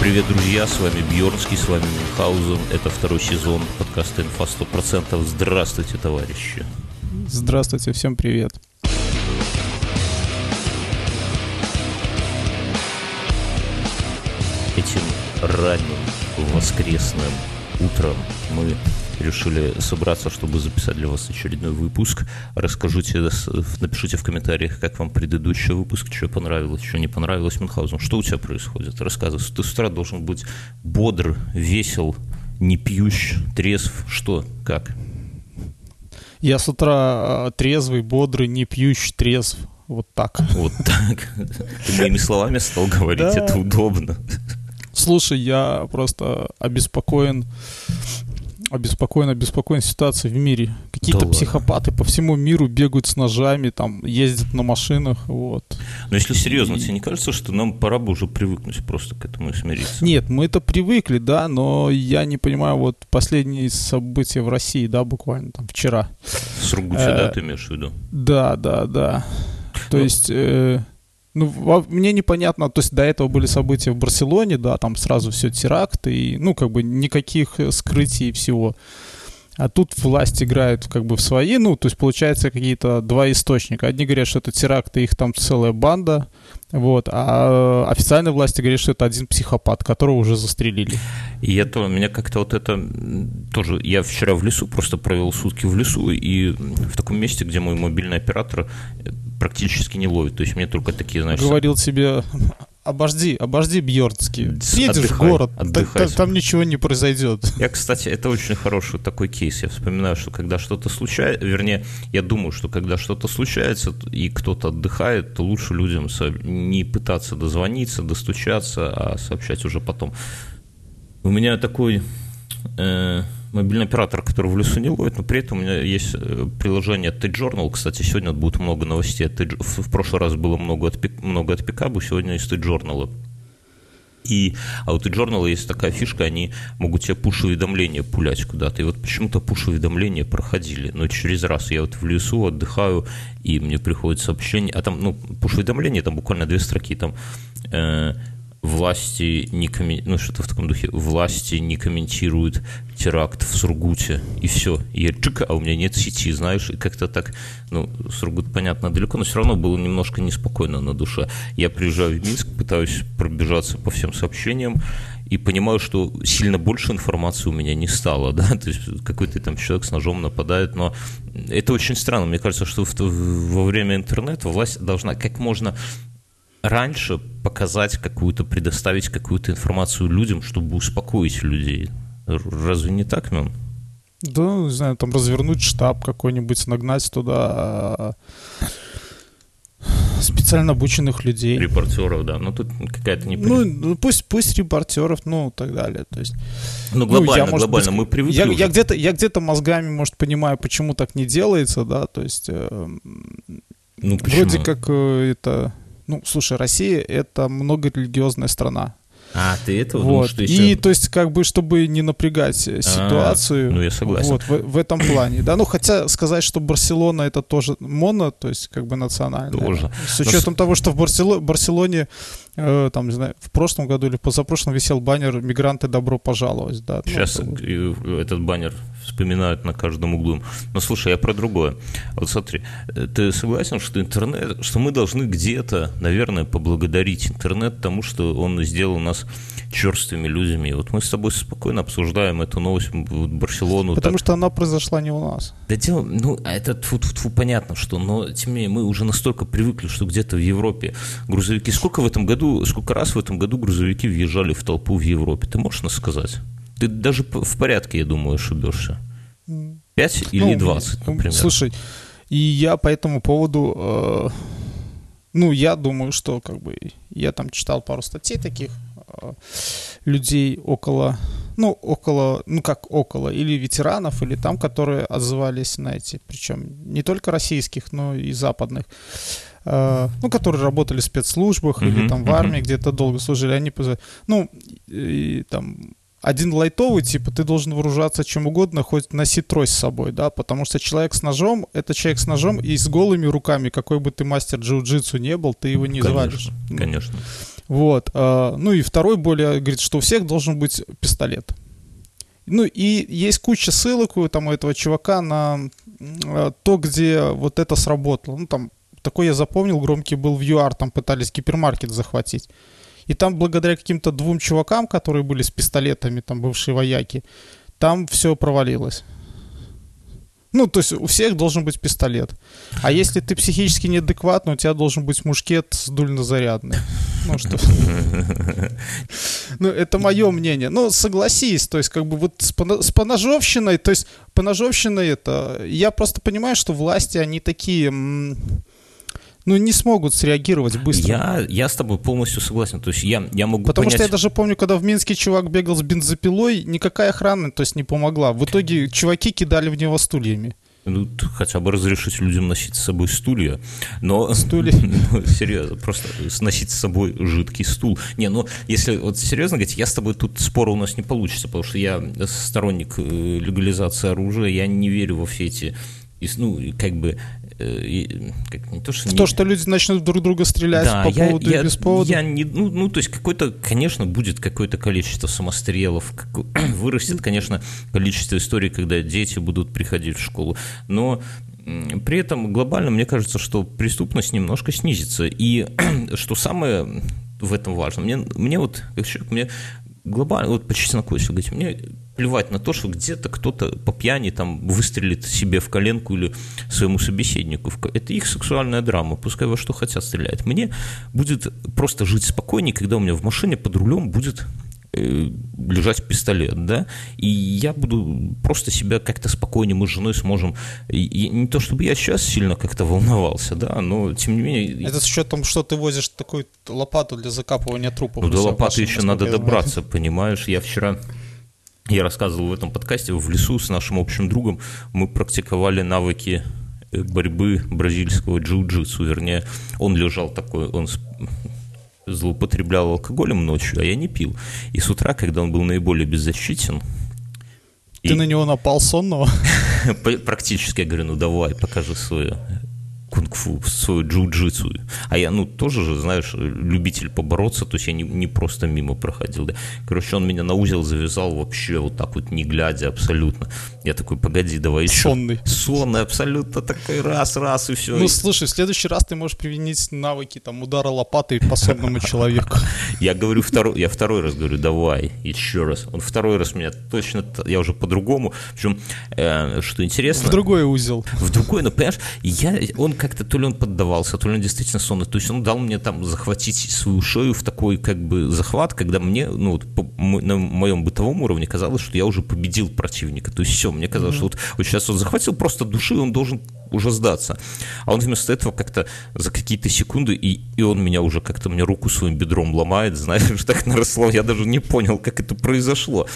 Привет, друзья, с вами Бьернский, с вами Мюнхгаузен. Это второй сезон подкаста «Инфа 100%». Здравствуйте, товарищи. Здравствуйте, всем привет. Этим ранним воскресным утром мы решили собраться, чтобы записать для вас очередной выпуск. Расскажите, напишите в комментариях, как вам предыдущий выпуск, что понравилось, что не понравилось. Мюнхгаузен, что у тебя происходит? Рассказывай. Ты с утра должен быть бодр, весел, не пьющ, трезв. Что? Как? Я с утра трезвый, бодрый, не пьющий, трезв. Вот так. Вот так. Ты моими словами стал говорить, да. Это удобно. Слушай, я просто обеспокоен ситуацией в мире. Какие-то психопаты по всему миру бегают с ножами, там, ездят на машинах, вот. Но если серьезно, тебе не кажется, что нам пора бы уже привыкнуть просто к этому и смириться? Нет, мы-то привыкли, да, но я не понимаю, вот последние события в России, да, буквально там вчера. Сургуте, да, ты имеешь в виду? Да. То есть... мне непонятно, то есть до этого были события в Барселоне, да, там сразу все теракты, и, никаких скрытий и всего. А тут власть играет как бы в свои, то есть получается какие-то два источника. Одни говорят, что это теракты, их там целая банда, вот, а официальная власть говорит, что это один психопат, которого уже застрелили. И меня как-то вот это тоже... Я вчера в лесу просто провел сутки в лесу, и в таком месте, где мой мобильный оператор практически не ловит. То есть мне только такие, знаешь... Говорил тебе... Обожди, Бьернский. Едешь в город, там ничего не произойдет. Кстати, это очень хороший такой кейс. Я вспоминаю, что когда что-то случается, вернее, я думаю, что когда что-то случается и кто-то отдыхает, то лучше людям не пытаться дозвониться, достучаться, а сообщать уже потом. У меня такой мобильный оператор, который в лесу не ловит, но при этом у меня есть приложение TJournal. Кстати, сегодня будет много новостей. В прошлый раз было много от Пикабу, сегодня из TJournal. А у TJournal есть такая фишка, они могут тебе пуш-уведомления пулять куда-то. И вот почему-то пуш-уведомления проходили, но через раз. Я вот в лесу отдыхаю, и мне приходит сообщение, а там, пуш-уведомления, там буквально 2 строки, там... Власти не что-то в таком духе. Власти не комментируют теракт в Сургуте. И все. И я а у меня нет сети, знаешь, и как-то так, Сургут, понятно, далеко, но все равно было немножко неспокойно на душе. Я приезжаю в Минск, пытаюсь пробежаться по всем сообщениям и понимаю, что сильно больше информации у меня не стало, да, то есть какой-то там человек с ножом нападает, но это очень странно. Мне кажется, что во время интернета власть должна как можно раньше предоставить какую-то информацию людям, чтобы успокоить людей. Разве не так, Мэн? Да, не знаю, там развернуть штаб какой-нибудь, нагнать туда специально обученных людей. Репортеров, да. Тут какая-то непонятная. Пусть репортеров, и так далее. То есть, глобально мы привыкли. Я где-то мозгами, может, понимаю, почему так не делается, да, то есть вроде как это... слушай, Россия — это многорелигиозная страна. Ты это вот. Что еще... И, то есть, чтобы не напрягать ситуацию. Я согласен. Вот, в этом плане. Да, хотя сказать, что Барселона — это тоже моно, то есть, национальная. Тоже. С учетом того, что в Барселоне, не знаю, в прошлом году или позапрошлом висел баннер «Мигранты, добро пожаловать». Да, сейчас этот баннер вспоминают на каждом углу. Но слушай, я про другое. Вот смотри, ты согласен, что мы должны где-то, наверное, поблагодарить интернет тому, что он сделал нас черствыми людьми. Вот мы с тобой спокойно обсуждаем эту новость, Барселону. Потому что она произошла не у нас. Да дело, это понятно, что, но тем не менее мы уже настолько привыкли, что где-то в Европе грузовики. Сколько раз в этом году грузовики въезжали в толпу в Европе? Ты можешь нас сказать? Ты даже в порядке, я думаю, ошибешься. 5 или 20, например. Слушай, и я по этому поводу, я думаю, что я там читал пару статей таких людей около, или ветеранов, или там, которые отзывались на эти, причем не только российских, но и западных, которые работали в спецслужбах или там в армии, где-то долго служили, они и там один лайтовый, типа, ты должен вооружаться чем угодно, хоть носить трость с собой, да, потому что человек с ножом, это человек с ножом, и с голыми руками, какой бы ты мастер джиу-джитсу не был, ты его не завалишь. Конечно. Вот. Ну и второй более, говорит, что у всех должен быть пистолет. Ну и есть куча ссылок там у этого чувака на то, где вот это сработало. Ну там, такой я запомнил, громкий был в ЮАР, там пытались гипермаркет захватить. И там благодаря каким-то 2 чувакам, которые были с пистолетами, там бывшие вояки, там все провалилось. Ну, то есть у всех должен быть пистолет. А если ты психически неадекватный, у тебя должен быть мушкет дульнозарядный. Ну, что... Ну, это мое мнение. Ну, согласись, то есть, как бы вот с поножовщиной, то есть, поножовщиной это... Я просто понимаю, что власти, они такие... Ну, не смогут среагировать быстро. Я с тобой полностью согласен. То есть я могу Потому понять... что я даже помню, когда в Минске чувак бегал с бензопилой, никакая охрана, то есть, не помогла. В итоге чуваки кидали в него стульями. Ну, хотя бы разрешить людям носить с собой стулья. Но, серьезно, просто носить с собой жидкий стул. Не, ну, если вот серьезно говорить, я с тобой тут спора у нас не получится, потому что я сторонник легализации оружия, я не верю во все эти, ну, как бы... не то, что что люди начнут друг друга стрелять по поводу и без повода? То есть какой-то, конечно, будет какое-то количество самострелов, вырастет, конечно, количество историй, когда дети будут приходить в школу, но при этом глобально мне кажется, что преступность немножко снизится, и что самое в этом важно, мне вот, как человек, мне глобально, вот по чесноку, если говорить, мне плевать на то, что где-то кто-то по пьяни там выстрелит себе в коленку или своему собеседнику. Это их сексуальная драма, пускай во что хотят стреляют. Мне будет просто жить спокойнее, когда у меня в машине под рулем будет лежать пистолет, да, и я буду просто себя как-то спокойнее, мы с женой сможем, и не то чтобы я сейчас сильно как-то волновался, да, но тем не менее... Это с учетом, что ты возишь такую лопату для закапывания трупов. Ну, до лопаты еще надо добраться, понимаешь, я рассказывал в этом подкасте, в лесу с нашим общим другом мы практиковали навыки борьбы бразильского джиу-джитсу, вернее, он лежал такой, он злоупотреблял алкоголем ночью, а я не пил. И с утра, когда он был наиболее беззащитен... Ты на него напал сонного? Практически, я говорю, ну давай, покажи свое кунг-фу, свою джиу-джитсу. А я, тоже же, знаешь, любитель побороться, то есть я не просто мимо проходил. Да. Короче, он меня на узел завязал вообще вот так вот, не глядя абсолютно. Я такой, погоди, давай еще. Сонный. Сонный, абсолютно такой, раз, и все. Ну, слушай, в следующий раз ты можешь применить навыки там удара лопатой по сонному человеку. Я говорю, я второй раз говорю, давай, еще раз. Он второй раз меня точно, я уже по-другому. Причем, что интересно... В другой узел. В другой, но, понимаешь, он как-то, то ли он поддавался, то ли он действительно сонный. То есть он дал мне там захватить свою шею в такой как бы захват, когда мне, на моем бытовом уровне казалось, что я уже победил противника. То есть все, мне казалось, что вот сейчас он захватил просто души, он должен уже сдаться. А он вместо этого как-то за какие-то секунды, и он меня уже как-то, мне руку своим бедром ломает, знаешь, так наросло, я даже не понял, как это произошло.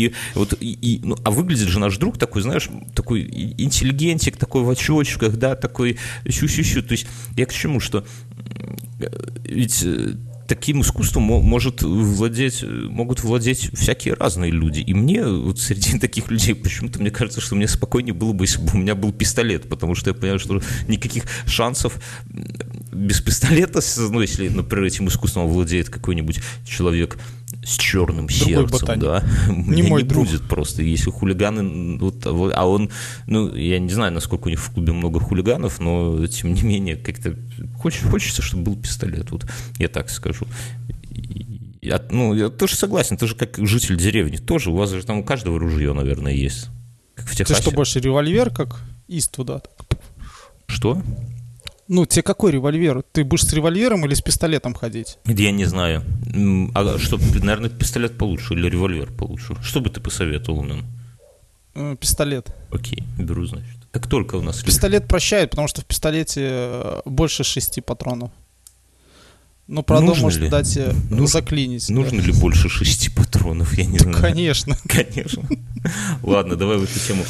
А выглядит же наш друг такой, знаешь, такой интеллигентик, такой в очочках, да, такой сю-сю-сю. То есть я к чему, что ведь таким искусством могут владеть всякие разные люди. И мне вот среди таких людей почему-то мне кажется, что мне спокойнее было бы, если бы у меня был пистолет, потому что я понимаю, что никаких шансов без пистолета, если, например, этим искусством владеет какой-нибудь человек с черным сердцем, да, не мой друг. Будет просто, если хулиганы, а он, я не знаю, насколько у них в клубе много хулиганов, но тем не менее как-то хочется, чтобы был пистолет, вот я так скажу. Я тоже согласен, ты же как житель деревни, тоже у вас же там у каждого ружье, наверное, есть, как в Техасе. Ты что, больше револьвер, как Иствуда? Что? Тебе какой револьвер? Ты будешь с револьвером или с пистолетом ходить? Я не знаю. А что, наверное, пистолет получше или револьвер получше? Что бы ты посоветовал нам? Пистолет. Окей, беру, значит. Как только у нас... Пистолет прощает, потому что в пистолете больше 6 патронов. Но, правда, нужно может ли? дать заклинить. Нужно ли больше 6 патронов? Я не знаю. Конечно. Конечно. Ладно, давай в эту тему...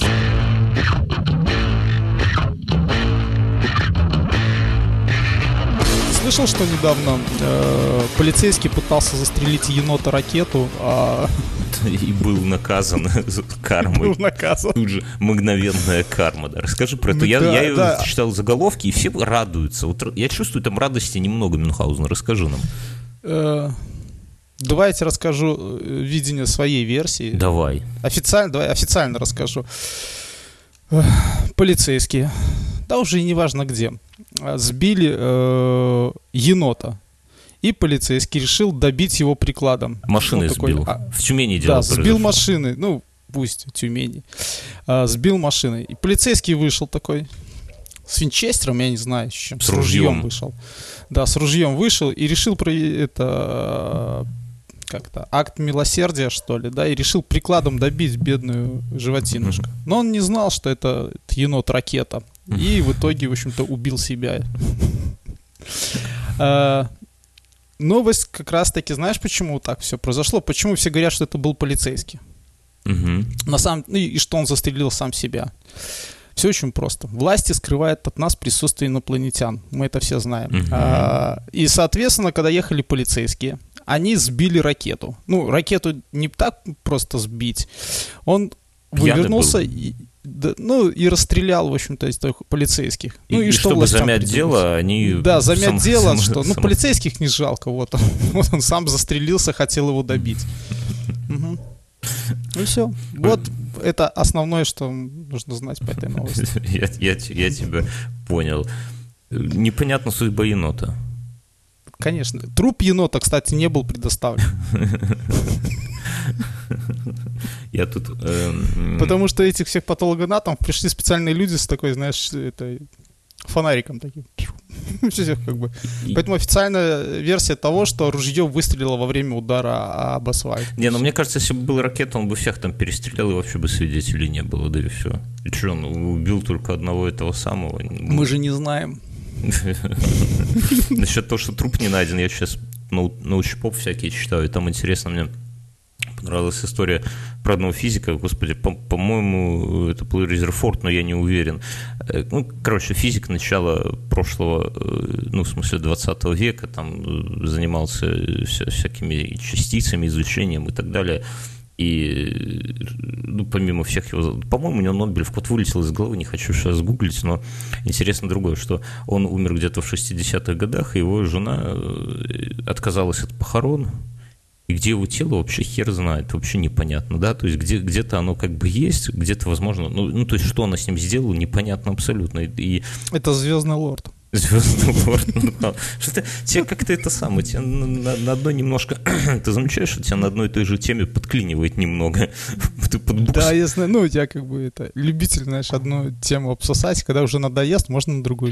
слышал, что недавно полицейский пытался застрелить енота-ракету, И был наказан кармой. был наказан. Тут же мгновенная карма. Да. Расскажи про это. Ну, Я читал заголовки, и все радуются. Вот я чувствую там радости немного, Мюнхгаузен. Расскажи нам. Давай я тебе расскажу видение своей версии. Давай. Давай официально расскажу. Полицейские, да уже и неважно где, сбили енота. И полицейский решил добить его прикладом. Машиной сбил. В Тюмени дело произошло. Да, сбил машиной. Ну, пусть в Тюмени. Сбил машиной. И полицейский вышел такой с винчестером, я не знаю, с чем. С ружьем вышел. Да, с ружьем вышел и решил как-то акт милосердия, что ли, да, и решил прикладом добить бедную животинушку. Но он не знал, что это енот-ракета. И в итоге, в общем-то, убил себя. Новость как раз-таки, знаешь, почему так все произошло? Почему все говорят, что это был полицейский? И что он застрелил сам себя? Все очень просто. Власти скрывают от нас присутствие инопланетян. Мы это все знаем. И, соответственно, когда ехали полицейские, они сбили ракету. Ну, ракету не так просто сбить. Он вывернулся и расстрелял, в общем-то, полицейских. И чтобы замять дело, они... Да, замять дело, что... Ну, полицейских не жалко, вот он сам застрелился, хотел его добить. И все. Вот это основное, что нужно знать по этой новости. Я тебя понял. Непонятна судьба енота. Конечно. Труп енота, кстати, не был предоставлен. Я тут... Потому что этих всех патологоанатомов пришли специальные люди с такой, знаешь, фонариком таким. Как бы. Поэтому официальная версия того, что ружье выстрелило во время удара об асфальт. Не, ну мне кажется, если бы была ракета, он бы всех там перестрелял, и вообще бы свидетелей не было, да и все. И что, он убил только одного этого самого? Мы же не знаем. Насчет того, что труп не найден, я сейчас научпоп всякие читаю, и там интересно, мне понравилась история про одного физика, господи, по-моему, это был Резерфорд, но я не уверен. Ну, короче, физик начала прошлого, ну, в смысле 20 века, там занимался всякими частицами, изучением и так далее. И, ну, помимо всех его... По-моему, у него Нобелев код вылетел из головы, не хочу сейчас гуглить, но интересно другое, что он умер где-то в 60-х годах, и его жена отказалась от похорон, и где его тело вообще хер знает, вообще непонятно, да, то есть где-то оно как бы есть, где-то, возможно, ну, то есть что она с ним сделала, непонятно абсолютно. Это «Звездный лорд». Звездный лорд. Что-то тебе как-то это самое, тебе на одной немножко, ты замечаешь, что тебя на одной и той же теме подклинивает немного. Да, я знаю, ну, у тебя как бы это любитель, знаешь, одну тему обсосать, когда уже надоест, можно на другую.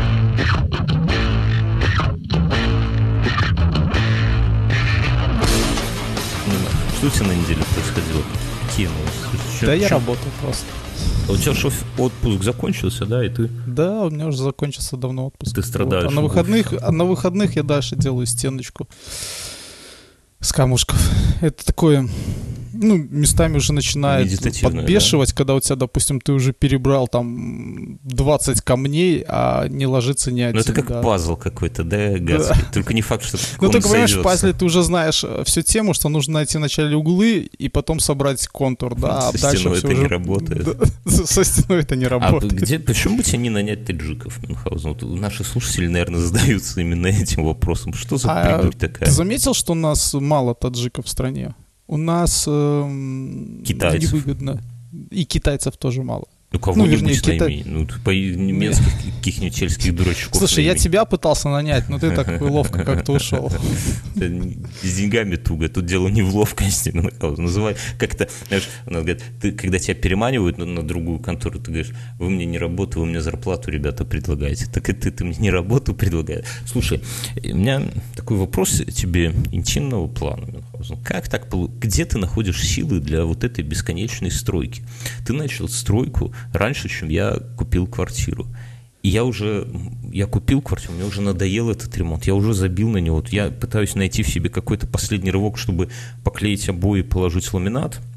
Что у тебя на неделе происходило? Какие новости? Да я работал просто. А у тебя что, отпуск закончился, да, и ты? Да, у меня уже закончился давно отпуск. Ты страдаешь. Вот. А на выходных я дальше делаю стеночку с камушков. Это такое, ну, местами уже начинает подбешивать, да? Когда у тебя, допустим, ты уже перебрал там 20 камней, а не ложится ни один. Ну, это как пазл какой-то, да, гадский? Да. Только не факт, что ну, только, понимаешь, в пазле ты уже знаешь всю тему, что нужно найти вначале углы и потом собрать контур, да, а дальше это уже... не работает. Со стеной это не работает. Почему бы тебе не нанять таджиков, Мюнхгаузен? Вот наши слушатели, наверное, задаются именно этим вопросом. Что за придурь такая? Ты заметил, что у нас мало таджиков в стране? У нас китайцев. Невыгодно. И китайцев тоже мало. Ну, кого-нибудь найми. Ну, по немецких каких-нибудь сельских дурачков. Слушай, я тебя пытался нанять, но ты так ловко как-то ушел. С деньгами туго. Тут дело не в ловкости. Называй как-то, знаешь, когда тебя переманивают на другую контору, ты говоришь, вы мне не работу, вы мне зарплату, ребята, предлагаете. Так и ты мне не работу предлагаешь. Слушай, у меня такой вопрос тебе интимного плана. Как так? Где ты находишь силы для вот этой бесконечной стройки? Ты начал стройку раньше, чем я купил квартиру. И я купил квартиру, мне уже надоел этот ремонт, я уже забил на него. Вот я пытаюсь найти в себе какой-то последний рывок, чтобы поклеить обои и положить ламинат.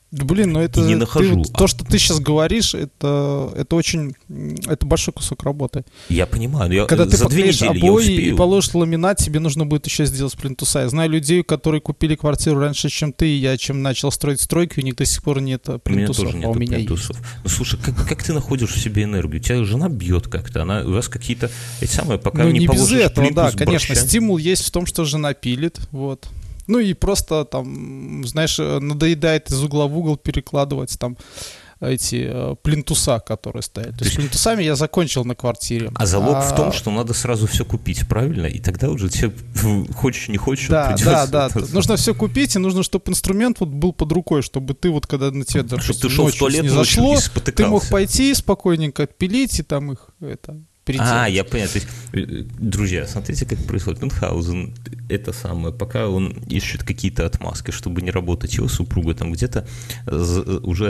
Блин, ну это не нахожу. То, что ты сейчас говоришь, это очень, это большой кусок работы. Я понимаю, когда ты за 2 недели обои и положишь ламинат, тебе нужно будет еще сделать плинтуса. Я знаю людей, которые купили квартиру раньше, чем ты, и я чем начал строить стройки, у них до сих пор нет плинтусов, у меня тоже нет плинтусов. Ну слушай, как ты находишь в себе энергию? Тебя жена бьет как-то, у вас какие-то эти самые, пока не положишь без этого, плинтус, да, конечно, стимул есть в том, что жена пилит, вот. Ну и просто там, знаешь, надоедает из угла в угол перекладывать там эти плинтуса, которые стоят. То есть плинтусами я закончил на квартире. А залог в том, что надо сразу все купить, правильно? И тогда уже тебе, хочешь не хочешь, придется... Да. Нужно все купить, и нужно, чтобы инструмент вот был под рукой, чтобы ты вот, когда на тебя, допустим, ты шел в туалет не зашло, и спотыкался. Ты мог пойти спокойненько отпилить и там их переделать. Я понял. То есть, друзья, смотрите, как происходит. Мюнхгаузен, это самое, пока он ищет какие-то отмазки, чтобы не работать, его супруга там где-то уже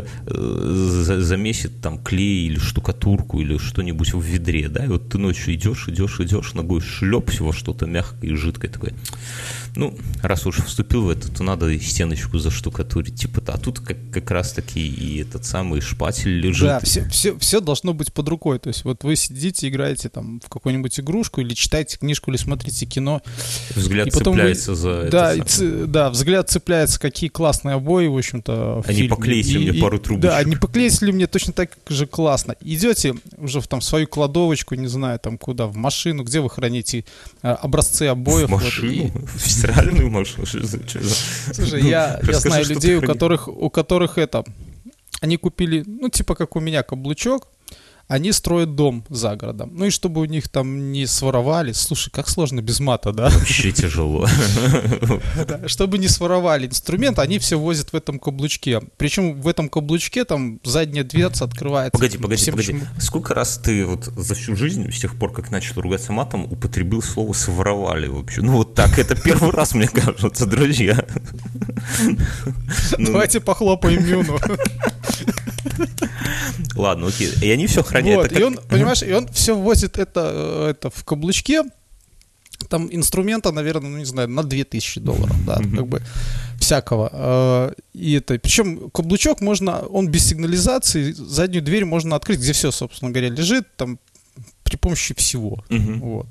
замесит там клей или штукатурку или что-нибудь в ведре, да, и вот ты ночью идешь, ногой шлеп во что-то мягкое и жидкое такое. Ну, раз уж вступил в это, то надо и стеночку заштукатурить, типа, а тут как раз-таки и этот самый шпатель лежит. Да, все должно быть под рукой, то есть вот вы сидите, играете там в какую-нибудь игрушку или читаете книжку, или смотрите кино. Взгляд цепляется за это. Да, взгляд цепляется, какие классные обои, в общем-то, в фильме. Не поклеить ли мне пару трубочек? Да, не поклеить ли мне точно так же классно. Идете уже в там свою кладовочку, не знаю, там куда, в машину, где вы храните образцы обоев. В машину? В стиральную машину? Слушай, я знаю людей, у которых они купили, ну, типа как у меня, каблучок, они строят дом за городом. Ну и чтобы у них там не своровали. Слушай, как сложно без мата, да? Вообще тяжело. Чтобы не своровали инструмент, они все возят в этом каблучке. Причем в этом каблучке там задняя дверца открывается. Погоди. Сколько раз ты вот за всю жизнь, с тех пор, как начал ругаться матом, употребил слово «своровали» вообще? Ну вот так, это первый раз, мне кажется, друзья. Давайте похлопаем Мюну. Ладно, окей. И они все хранят. Вот, и он, понимаешь, и он все возит это в каблучке. Там инструмента, наверное, ну не знаю, на $2000, да, как бы всякого. И это, причем каблучок можно, он без сигнализации, заднюю дверь можно открыть, где все, собственно говоря, лежит, там при помощи всего. Вот.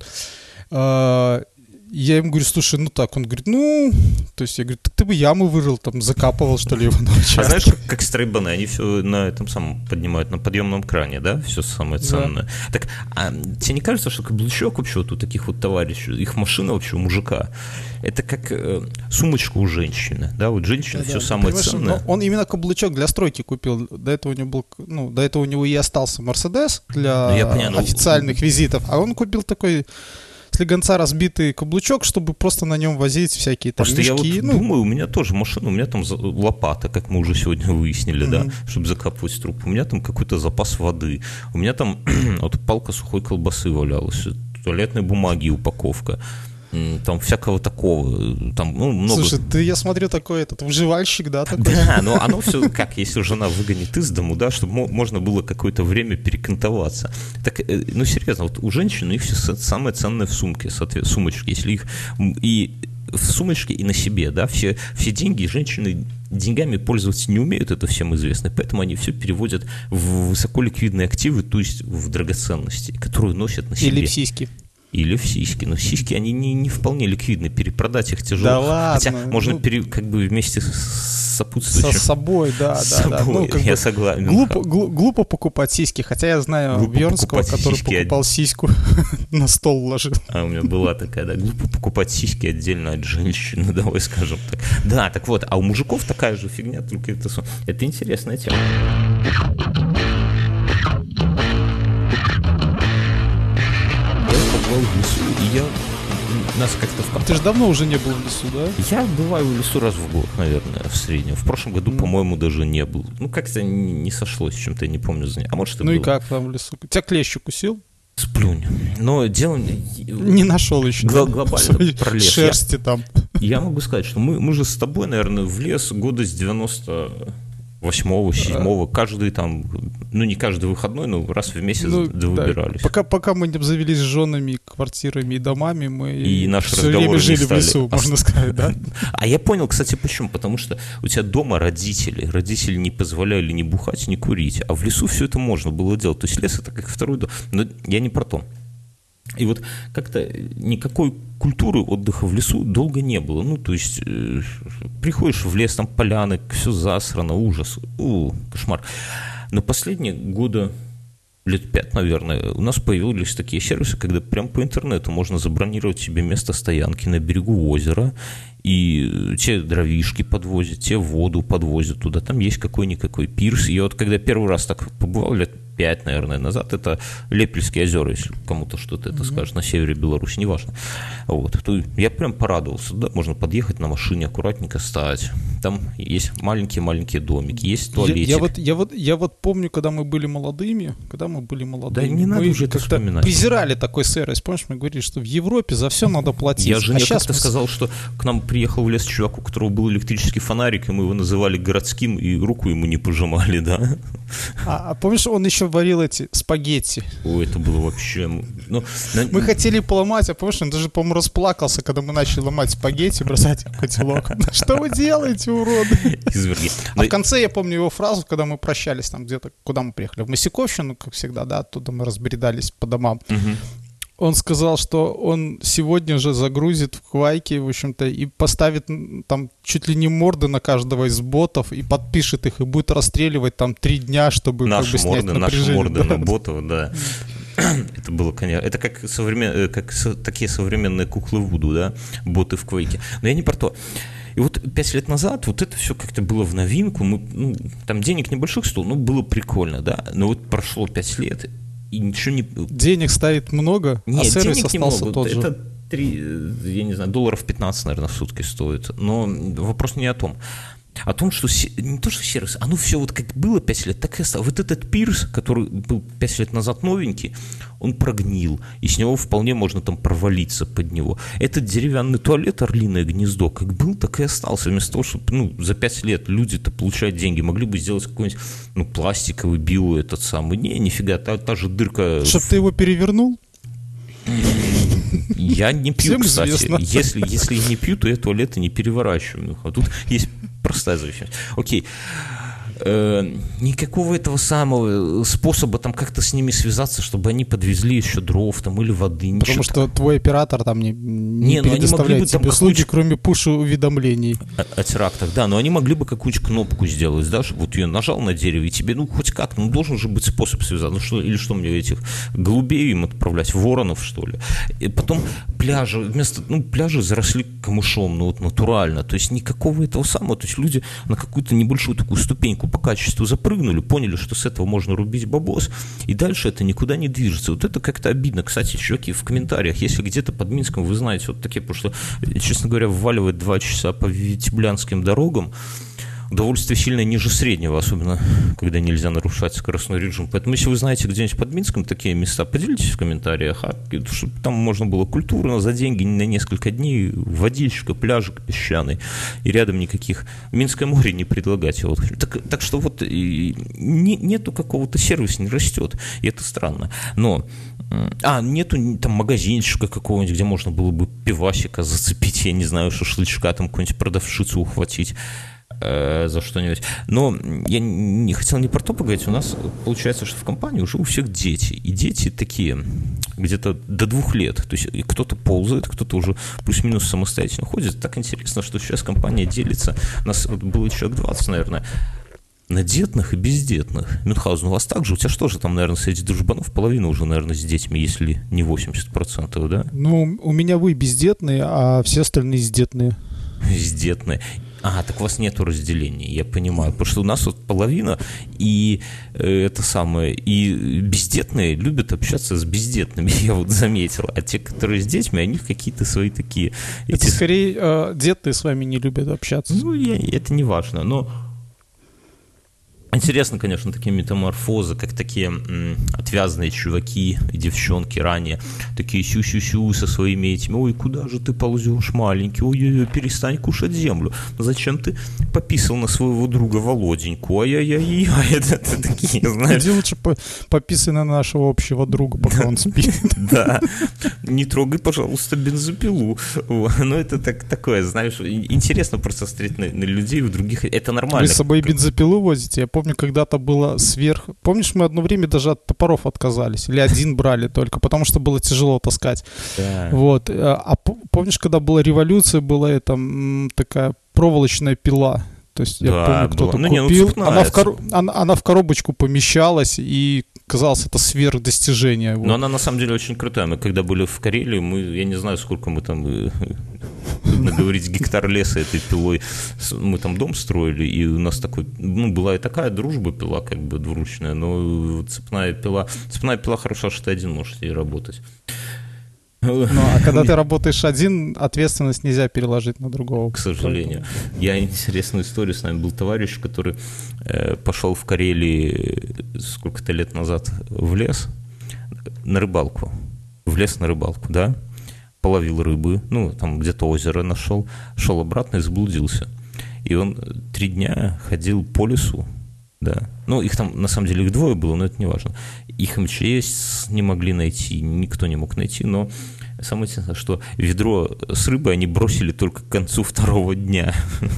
Я ему говорю, слушай, ну так, он говорит, ну, то есть я говорю, так ты бы яму вырыл, там, закапывал, что ли, его на участке. А знаешь, как стрейбаны, они все на этом самом поднимают, на подъемном кране, да, все самое ценное. Да. Так, а тебе не кажется, что каблучок вообще вот у таких вот товарищей, их машина вообще у мужика, это как сумочка у женщины, да, вот женщина все самое ценное. Он именно каблучок для стройки купил, до этого у него и остался Мерседес для официальных визитов, а он купил такой... слегонца разбитый каблучок, чтобы просто на нем возить всякие там мешки. Просто я вот думаю, у меня тоже машина, у меня там лопата, как мы уже сегодня выяснили, да, чтобы закапывать труп. У меня там какой-то запас воды. У меня там вот палка сухой колбасы валялась, туалетной бумаги, упаковка. Там всякого такого, там, ну, много... Слушай, я смотрю, такой выживальщик, да, такой? Да, но оно все как, если жена выгонит из дому, да, чтобы можно было какое-то время перекантоваться. Так, ну, серьезно, вот у женщин их все самое ценное в сумке, сумочке, если их... И в сумочке, и на себе, да, все деньги, женщины деньгами пользоваться не умеют, это всем известно, поэтому они все переводят в высоколиквидные активы, то есть в драгоценности, которые носят на себе. Или в сиськи. Или в сиськи. Но сиськи, они не вполне ликвидны. Перепродать их тяжело. Да ладно. Хотя можно как бы вместе с сопутствующим... С собой, да. Ну, как я бы согласен. Глупо покупать сиськи. Хотя я знаю Бьернского, который покупал сиську, на стол ложил. А у меня была такая, да. Глупо покупать сиськи отдельно от женщины, давай скажем так. Да, так вот. А у мужиков такая же фигня, только это интересная тема. В лесу, и нас как-то Ты же давно уже не был в лесу, да? Я бываю в лесу раз в год, наверное, в среднем. В прошлом году, по-моему, даже не был. Ну, как-то не сошлось, чем-то я не помню. А может, и как там в лесу? Тебя клещ укусил? Сплюнь. Но дело... Не нашел еще. Глобально про лес. Шерсти там. Я могу сказать, что мы же с тобой, наверное, в лес года с 98-го 8-го, 7-го, каждый там, ну не каждый выходной, но раз в месяц выбирались. Да. Пока мы не обзавелись женами, квартирами и домами, мы и все время жили в лесу, можно сказать, да? А я понял, кстати, почему. Потому что у тебя дома родители не позволяли ни бухать, ни курить, а в лесу все это можно было делать. То есть лес — это как второй дом. Но я не про то. И вот как-то никакой культуры отдыха в лесу долго не было. Ну, то есть приходишь в лес, там поляны, все засрано, ужас, кошмар. Но последние года, лет 5, наверное, у нас появились такие сервисы, когда прям по интернету можно забронировать себе место стоянки на берегу озера, и те дровишки подвозят, те воду подвозят туда, там есть какой-никакой пирс. И вот когда первый раз так побывал, лет 5, наверное, назад, это Лепельские озера, если кому-то что-то это скажет, на севере Беларуси, неважно. Вот, то я прям порадовался, да, можно подъехать на машине, аккуратненько стать, там есть маленькие-маленькие домики, есть туалетик. Я вот помню, когда мы были молодыми, да не надо мы уже это вспоминать. Презирали такой сервис, помнишь, мы говорили, что в Европе за все надо платить. Я же как-то сказал, что к нам приехал в лес чувак, у которого был электрический фонарик, и мы его называли городским, и руку ему не пожимали, да. А помнишь, он еще варил эти спагетти? Ой, это было вообще... Мы хотели поломать, а помнишь, он даже, по-моему, расплакался, когда мы начали ломать спагетти, бросать в котелок. Что вы делаете, уроды? Изверги. А в конце я помню его фразу, когда мы прощались там где-то, куда мы приехали? В Масиковщину, как всегда, да, оттуда мы разбредались по домам. Он сказал, что он сегодня же загрузит в Квайке, в общем-то, и поставит там чуть ли не морды на каждого из ботов, и подпишет их, и будет расстреливать там 3 дня, чтобы как бы снять напряжение. Наши морды на ботов, да. Это было, конечно, это как такие современные куклы Вуду, да, боты в Квейке. Но я не про то. И вот 5 лет назад вот это все как-то было в новинку, там денег небольших стоило, было прикольно, да, но вот прошло 5 лет, и ничего не... Денег стоит много, нет, а сервис денег остался немного. тот же. Это 3, я не знаю, $15, наверное, в сутки стоит. Но вопрос не о том. О том, что не то, что сервис, оно все вот как было 5 лет, так и осталось. Вот этот пирс, который был 5 лет назад новенький, он прогнил, и с него вполне можно там провалиться под него. Этот деревянный туалет «Орлиное гнездо» как был, так и остался. Вместо того, чтобы за 5 лет люди-то получают деньги, могли бы сделать какой-нибудь пластиковый био этот самый. Нифига, та же дырка... Чтоб ты его перевернул? Я не пью, всем кстати. Известно. Если я не пью, то я туалеты не переворачиваю. А тут есть простая зависимость. Окей. Никакого этого самого способа там как-то с ними связаться, чтобы они подвезли еще дров там или воды. Потому что твой оператор там не предоставляет тебе услуги, кроме пуш-уведомлений. О терактах, да, но они могли бы какую-нибудь кнопку сделать, да, чтобы вот ее нажал на дереве, и тебе, хоть как, должен же быть способ связаться. Или что мне этих голубей им отправлять, воронов, что ли. И потом пляжи, пляжи заросли камышом, натурально, то есть никакого этого самого, то есть люди на какую-то небольшую такую ступеньку по качеству запрыгнули, поняли, что с этого можно рубить бабос, и дальше это никуда не движется. Вот это как-то обидно. Кстати, чуваки, в комментариях, если где-то под Минском вы знаете вот такие, потому что, честно говоря, вваливать 2 часа по витеблянским дорогам удовольствие сильно ниже среднего, особенно когда нельзя нарушать скоростной режим. Поэтому, если вы знаете где-нибудь под Минском такие места, поделитесь в комментариях, чтобы там можно было культурно за деньги на несколько дней водичка, пляжик песчаный, и рядом никаких Минское море не предлагать. Вот. Так что вот нету какого-то сервиса, не растет, и это странно. Но нету там магазинчика какого-нибудь, где можно было бы пивасика зацепить, я не знаю, шашлычка, там какую-нибудь продавщицу ухватить за что-нибудь. Но я не хотел не про то поговорить. У нас получается, что в компании уже у всех дети. И дети такие где-то до 2 лет. То есть кто-то ползает, кто-то уже плюс-минус самостоятельно ходит. Так интересно, что сейчас компания делится. У нас было человек 20, наверное, на детных и бездетных. Мюнхгаузен, у вас так же? У тебя что же там, наверное, среди дружбанов половина уже, наверное, с детьми, если не 80%, да? У меня вы бездетные, а все остальные сдетные. Бездетные. Так у вас нету разделения, я понимаю. Потому что у нас вот половина, и и бездетные любят общаться с бездетными, я вот заметил. А те, которые с детьми, они какие-то свои такие... Это скорее детные с вами не любят общаться. Это не важно, но... Интересно, конечно, такие метаморфозы, как такие отвязные чуваки и девчонки ранее, такие сю-сю-сю со своими этими, ой, куда же ты ползешь, маленький, ой, перестань кушать землю, зачем ты пописал на своего друга Володеньку, ай-яй-яй-яй, это такие, знаешь. Иди лучше пописай на нашего общего друга, пока он спит. Да, не трогай, пожалуйста, бензопилу. Ну, это такое, знаешь, интересно просто смотреть на людей у других, это нормально. Вы с собой бензопилу возите? Я помню, когда-то было сверх... Помнишь, мы одно время даже от топоров отказались? Или один брали только, потому что было тяжело таскать. Да. Вот. А помнишь, когда была революция, была такая проволочная пила? То есть я помню, кто-то купил, она в коробочку помещалась, и казалось, это сверхдостижение. Но она на самом деле очень крутая. Мы когда были в Карелии, я не знаю, сколько мы там, наговорить, гектар леса этой пилой, мы там дом строили, и у нас такой, была и такая дружба пила, как бы двуручная, но цепная пила хороша, что ты один можешь ей работать. Ну, а когда ты работаешь один, ответственность нельзя переложить на другого. К сожалению. Я интересную историю, с нами был товарищ, который пошел в Карелии сколько-то лет назад в лес на рыбалку. В лес на рыбалку, да? Половил рыбы, там где-то озеро нашел, шел обратно и заблудился. И он 3 дня ходил по лесу, да. Их там, на самом деле, их 2 было, но это не важно. Их МЧС не могли найти, никто не мог найти, но самое интересное, что ведро с рыбой они бросили только к концу 2-го дня.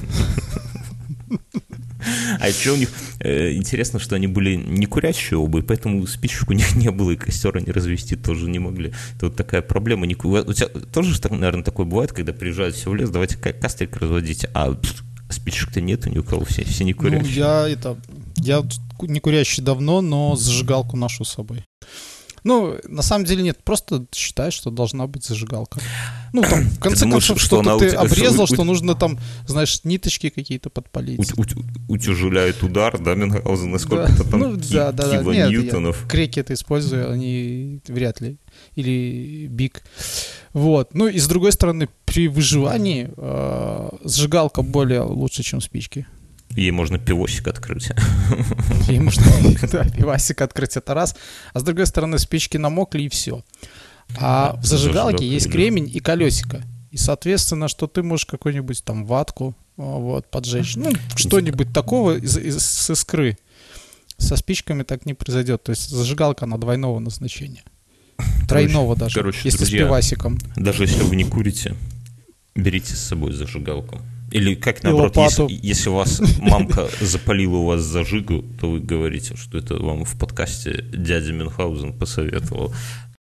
А еще у них интересно, что они были не курящие оба, и поэтому спичек у них не было, и костер они развести тоже не могли. Это вот такая проблема. У тебя тоже, наверное, такое бывает, когда приезжают все в лес, давайте кострик разводите, а спичек-то нету ни у кого, все не курящие. Я не курящий давно, но зажигалку ношу с собой. На самом деле нет, просто считай, что должна быть зажигалка. Там, в конце концов, что-то ты обрезал, что нужно там, знаешь, ниточки какие-то подпалить. Утяжеляет удар, да, Мюнхгаузен, насколько-то там килоньютонов. Креки это использую, они вряд ли. Или биг. Вот. И с другой стороны, при выживании зажигалка более лучше, чем спички. Ей можно пивосик открыть. Ей можно, пивасик открыть, это раз. А с другой стороны, спички намокли, и все. А в зажигалке есть кремень и колесико. И, соответственно, что ты можешь какую-нибудь там ватку поджечь. Что-нибудь такого с искры. Со спичками так не произойдет. То есть зажигалка, она двойного назначения. Тройного даже, если друзья, с пивасиком. Даже если вы не курите, берите с собой зажигалку. Или как наоборот, если вас мамка запалила у вас зажигу, то вы говорите, что это вам в подкасте дядя Мюнхгаузен посоветовал.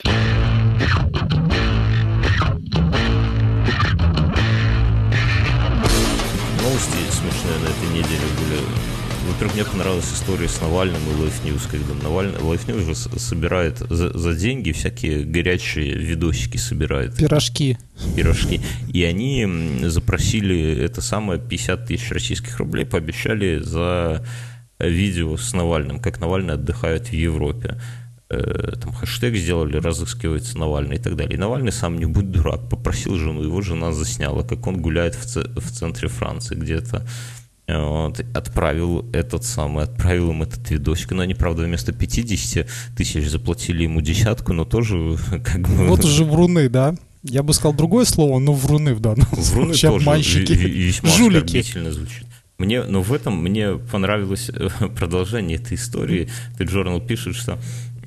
Новости смешные на этой неделе были. Во-первых, мне понравилась история с Навальным и Life News, когда Life News же собирает за деньги всякие горячие видосики собирает. Пирожки. И они запросили 50 тысяч российских рублей, пообещали за видео с Навальным, как Навальный отдыхает в Европе. Там хэштег сделали, разыскивается Навальный и так далее. И Навальный сам не будь дурак, попросил жену, его жена засняла, как он гуляет в центре Франции где-то. Отправил им этот видосик. Но они, правда, вместо 50 тысяч заплатили ему 10, но тоже как бы... Вот уже вруны, да? Я бы сказал другое слово, но вруны в данном случае. Обманщики, весьма жулики. оскорбительно звучит. Но в этом мне понравилось продолжение этой истории. TJournal пишет, что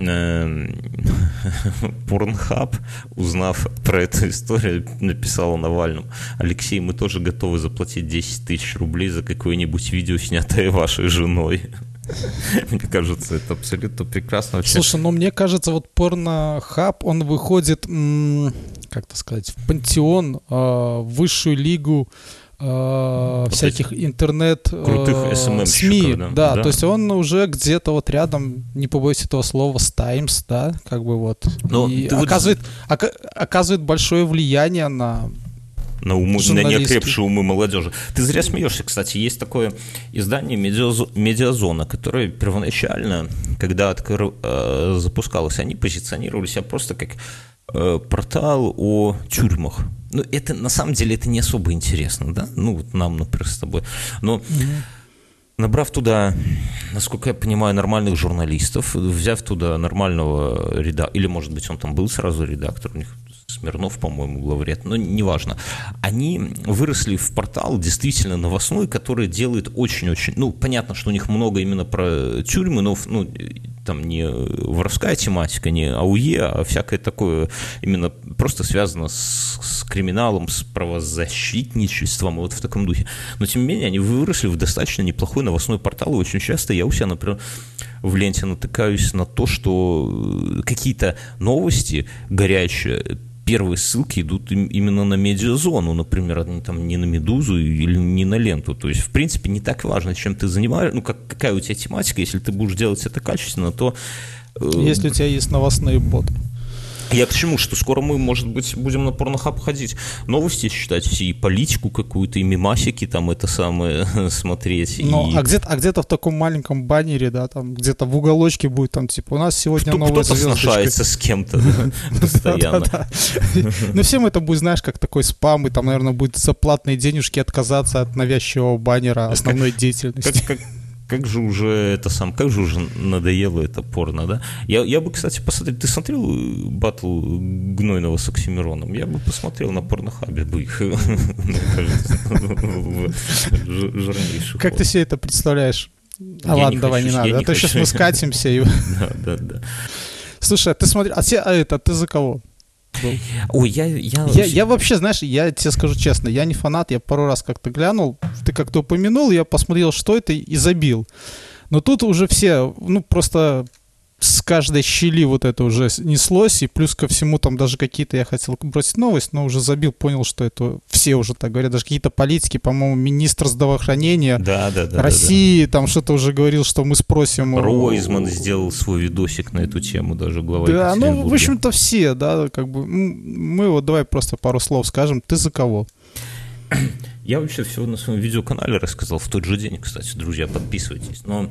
Pornhub, узнав про эту историю, написал Навальному: Алексей, мы тоже готовы заплатить 10 тысяч рублей за какое-нибудь видео, снятое вашей женой. Мне кажется, это абсолютно прекрасно. Слушай, мне кажется, Pornhub, он выходит, как-то сказать, в пантеон, в высшую лигу всяких интернет крутых СМИ, да, то есть он уже где-то рядом, не побоюсь этого слова, с Times, да, как бы и оказывает большое влияние на неокрепшие умы молодежи. Ты зря смеешься, кстати. Есть такое издание «Медиазона», которое первоначально, когда запускалось, они позиционировали себя просто как портал о тюрьмах. Это на самом деле это не особо интересно, да? Нам, например, с тобой. Но набрав туда, насколько я понимаю, нормальных журналистов, взяв туда нормального редактора, или, может быть, он там был сразу редактор, у них Смирнов, по-моему, главред, но неважно. Они выросли в портал действительно новостной, который делает очень-очень... Ну, понятно, что у них много именно про тюрьмы, но там не воровская тематика, не АУЕ, а всякое такое именно просто связано с криминалом, с правозащитничеством, вот в таком духе. Но, тем не менее, они выросли в достаточно неплохой новостной портал, и очень часто я у себя, например, в ленте натыкаюсь на то, что какие-то новости горячие, первые ссылки идут именно на медиазону, например, они там не на «Медузу» или не на «Ленту». То есть, в принципе, не так важно, чем ты занимаешься, ну, какая у тебя тематика, если ты будешь делать это качественно, то... Если у тебя есть новостные боты. Я к чему? Что скоро мы, может быть, будем на Pornhub ходить, новости читать все, и политику какую-то, и мемасики там это самое смотреть. Ну, а где-то в таком маленьком баннере, да, там где-то в уголочке будет там, типа, у нас сегодня новая звездочка. Кто-то сношается с кем-то постоянно. Ну, всем это будет, знаешь, как такой спам, и там, наверное, будет за платные денежки отказаться от навязчивого баннера основной деятельности. Как же уже надоело это порно, да? Я бы, кстати, посмотрел. Ты смотрел батл Гнойного с Оксимироном? Я бы посмотрел на Порнохабе бы их, мне кажется, жирнейших. Как ты себе это представляешь? Ладно, давай, не надо. А то сейчас мы скатимся. Да. Слушай, а ты смотри, ты за кого? Ой, я вообще, знаешь, я тебе скажу честно, я не фанат, я пару раз как-то глянул, ты как-то упомянул, я посмотрел, что это, и забил. Но тут уже все, просто с каждой щели вот это уже неслось, и плюс ко всему там даже какие-то, я хотел бросить новость, но уже забил, понял, что это все уже так говорят, даже какие-то политики, по-моему, министр здравоохранения России, там что-то уже говорил, что мы спросим... Ройзман сделал свой видосик на эту тему, даже глава Екатеринбурга. Да, в общем-то все, да, как бы, мы вот давай просто пару слов скажем, ты за кого? Я вообще все на своем видеоканале рассказал в тот же день, кстати, друзья, подписывайтесь, но...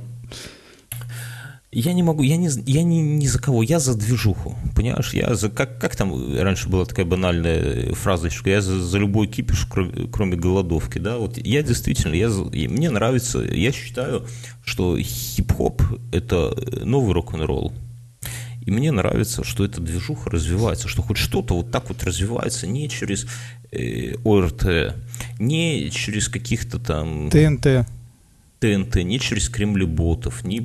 Я не могу, я не за кого, я за движуху, понимаешь, как там раньше была такая банальная фразочка, я за любой кипиш, кроме голодовки, да, вот я действительно, мне нравится, я считаю, что хип-хоп – это новый рок-н-ролл, и мне нравится, что эта движуха развивается, что хоть что-то вот так вот развивается не через ОРТ, не через каких-то там… ТНТ, не через кремлеботов, не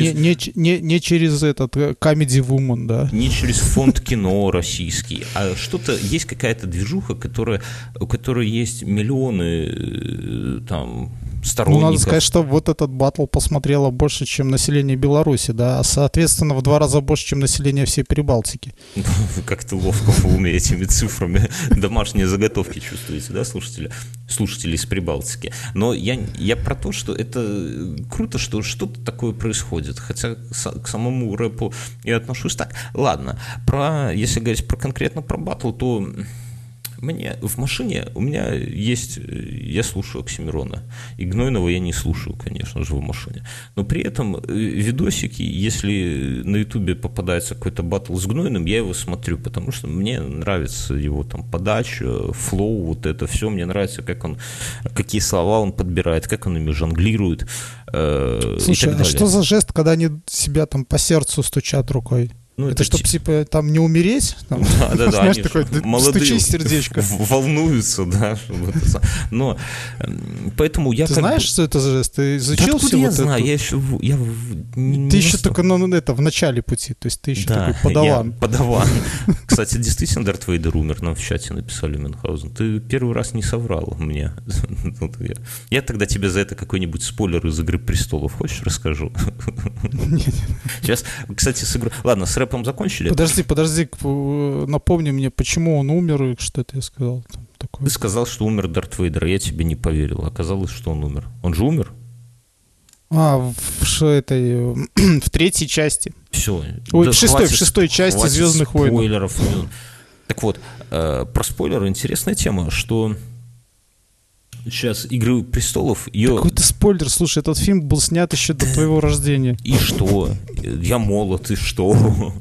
через этот Comedy Woman, да. Не через фонд кино российский, а что-то, есть какая-то движуха, у которой есть миллионы там сторонников. Надо сказать, что вот этот баттл посмотрело больше, чем население Беларуси, да, а соответственно в 2 раза больше, чем население всей Прибалтики. Вы как-то ловко в уме этими цифрами домашние заготовки чувствуете, да, слушатели из Прибалтики. Но я про то, что это круто, что что-то такое происходит, хотя к самому рэпу я отношусь так. Ладно, если говорить конкретно про баттл, то мне в машине у меня есть, я слушаю Оксимирона, и Гнойного я не слушаю, конечно же, в машине, но при этом видосики, если на Ютубе попадается какой-то баттл с Гнойным, я его смотрю, потому что мне нравится его там подача, флоу, вот это все, мне нравится, какие слова он подбирает, как он ими жонглирует. Слушай, а что за жест, когда они себя там по сердцу стучат рукой? Это чтобы, типа, там не умереть? Там, да, знаешь, они такой, стучи сердечко. Волнуются, да. Но, поэтому я Ты знаешь, что это за жест? Ты изучил все я знаю, я еще... Ты еще только в начале пути, то есть ты еще такой подаван. Подаван. Кстати, действительно, Дарт Вейдер умер, нам в чате написали Мюнхгаузен. Ты первый раз не соврал мне. Я тогда тебе за это какой-нибудь спойлер из «Игры престолов» хочешь расскажу? Нет. Сейчас, кстати, с игрой... Ладно, с рэпом закончили. Подожди, напомни мне, почему он умер и что это я сказал. Ты сказал, что умер Дарт Вейдер, а я тебе не поверил. Оказалось, что он умер. Он же умер? В 3-й части. Все. Ой, в 6-й части «Звездных войн». Спойлеров. Так вот, про спойлеры интересная тема, что сейчас «Игры престолов» ее... Какой-то спойлер, слушай, этот фильм был снят еще до твоего рождения. И что? Я молод, и что?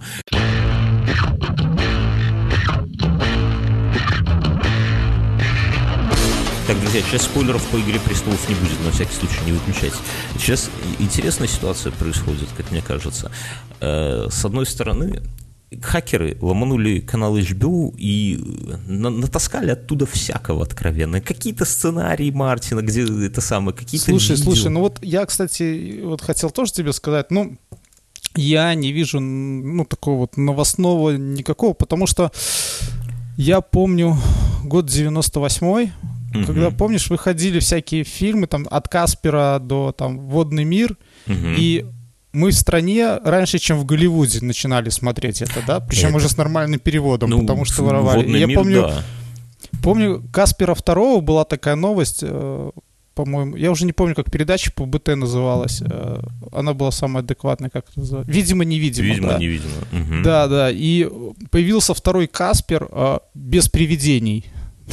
Так, друзья, сейчас спойлеров по «Игре престолов» не будет, на всякий случай не выключайте. Сейчас интересная ситуация происходит, как мне кажется. С одной стороны, хакеры ломанули канал HBO и натаскали оттуда всякого откровенно. Какие-то сценарии Мартина, где это самое, какие-то видео. Слушай, ну вот я, кстати, вот хотел тоже тебе сказать, ну, я не вижу, ну, такого вот новостного никакого, потому что я помню год 98-й, когда, помнишь, выходили всякие фильмы, там, от Каспера до, там, «Водный мир», и мы в стране раньше, чем в Голливуде, начинали смотреть это, да? Причем уже с нормальным переводом, ну, потому что воровали. Я помню, Каспера II была такая новость, по-моему, я уже не помню, как передача по БТ называлась. Она была самая адекватная, как это называется? «Видимо-невидимо». «Видимо-невидимо». Да, и появился второй Каспер без привидений.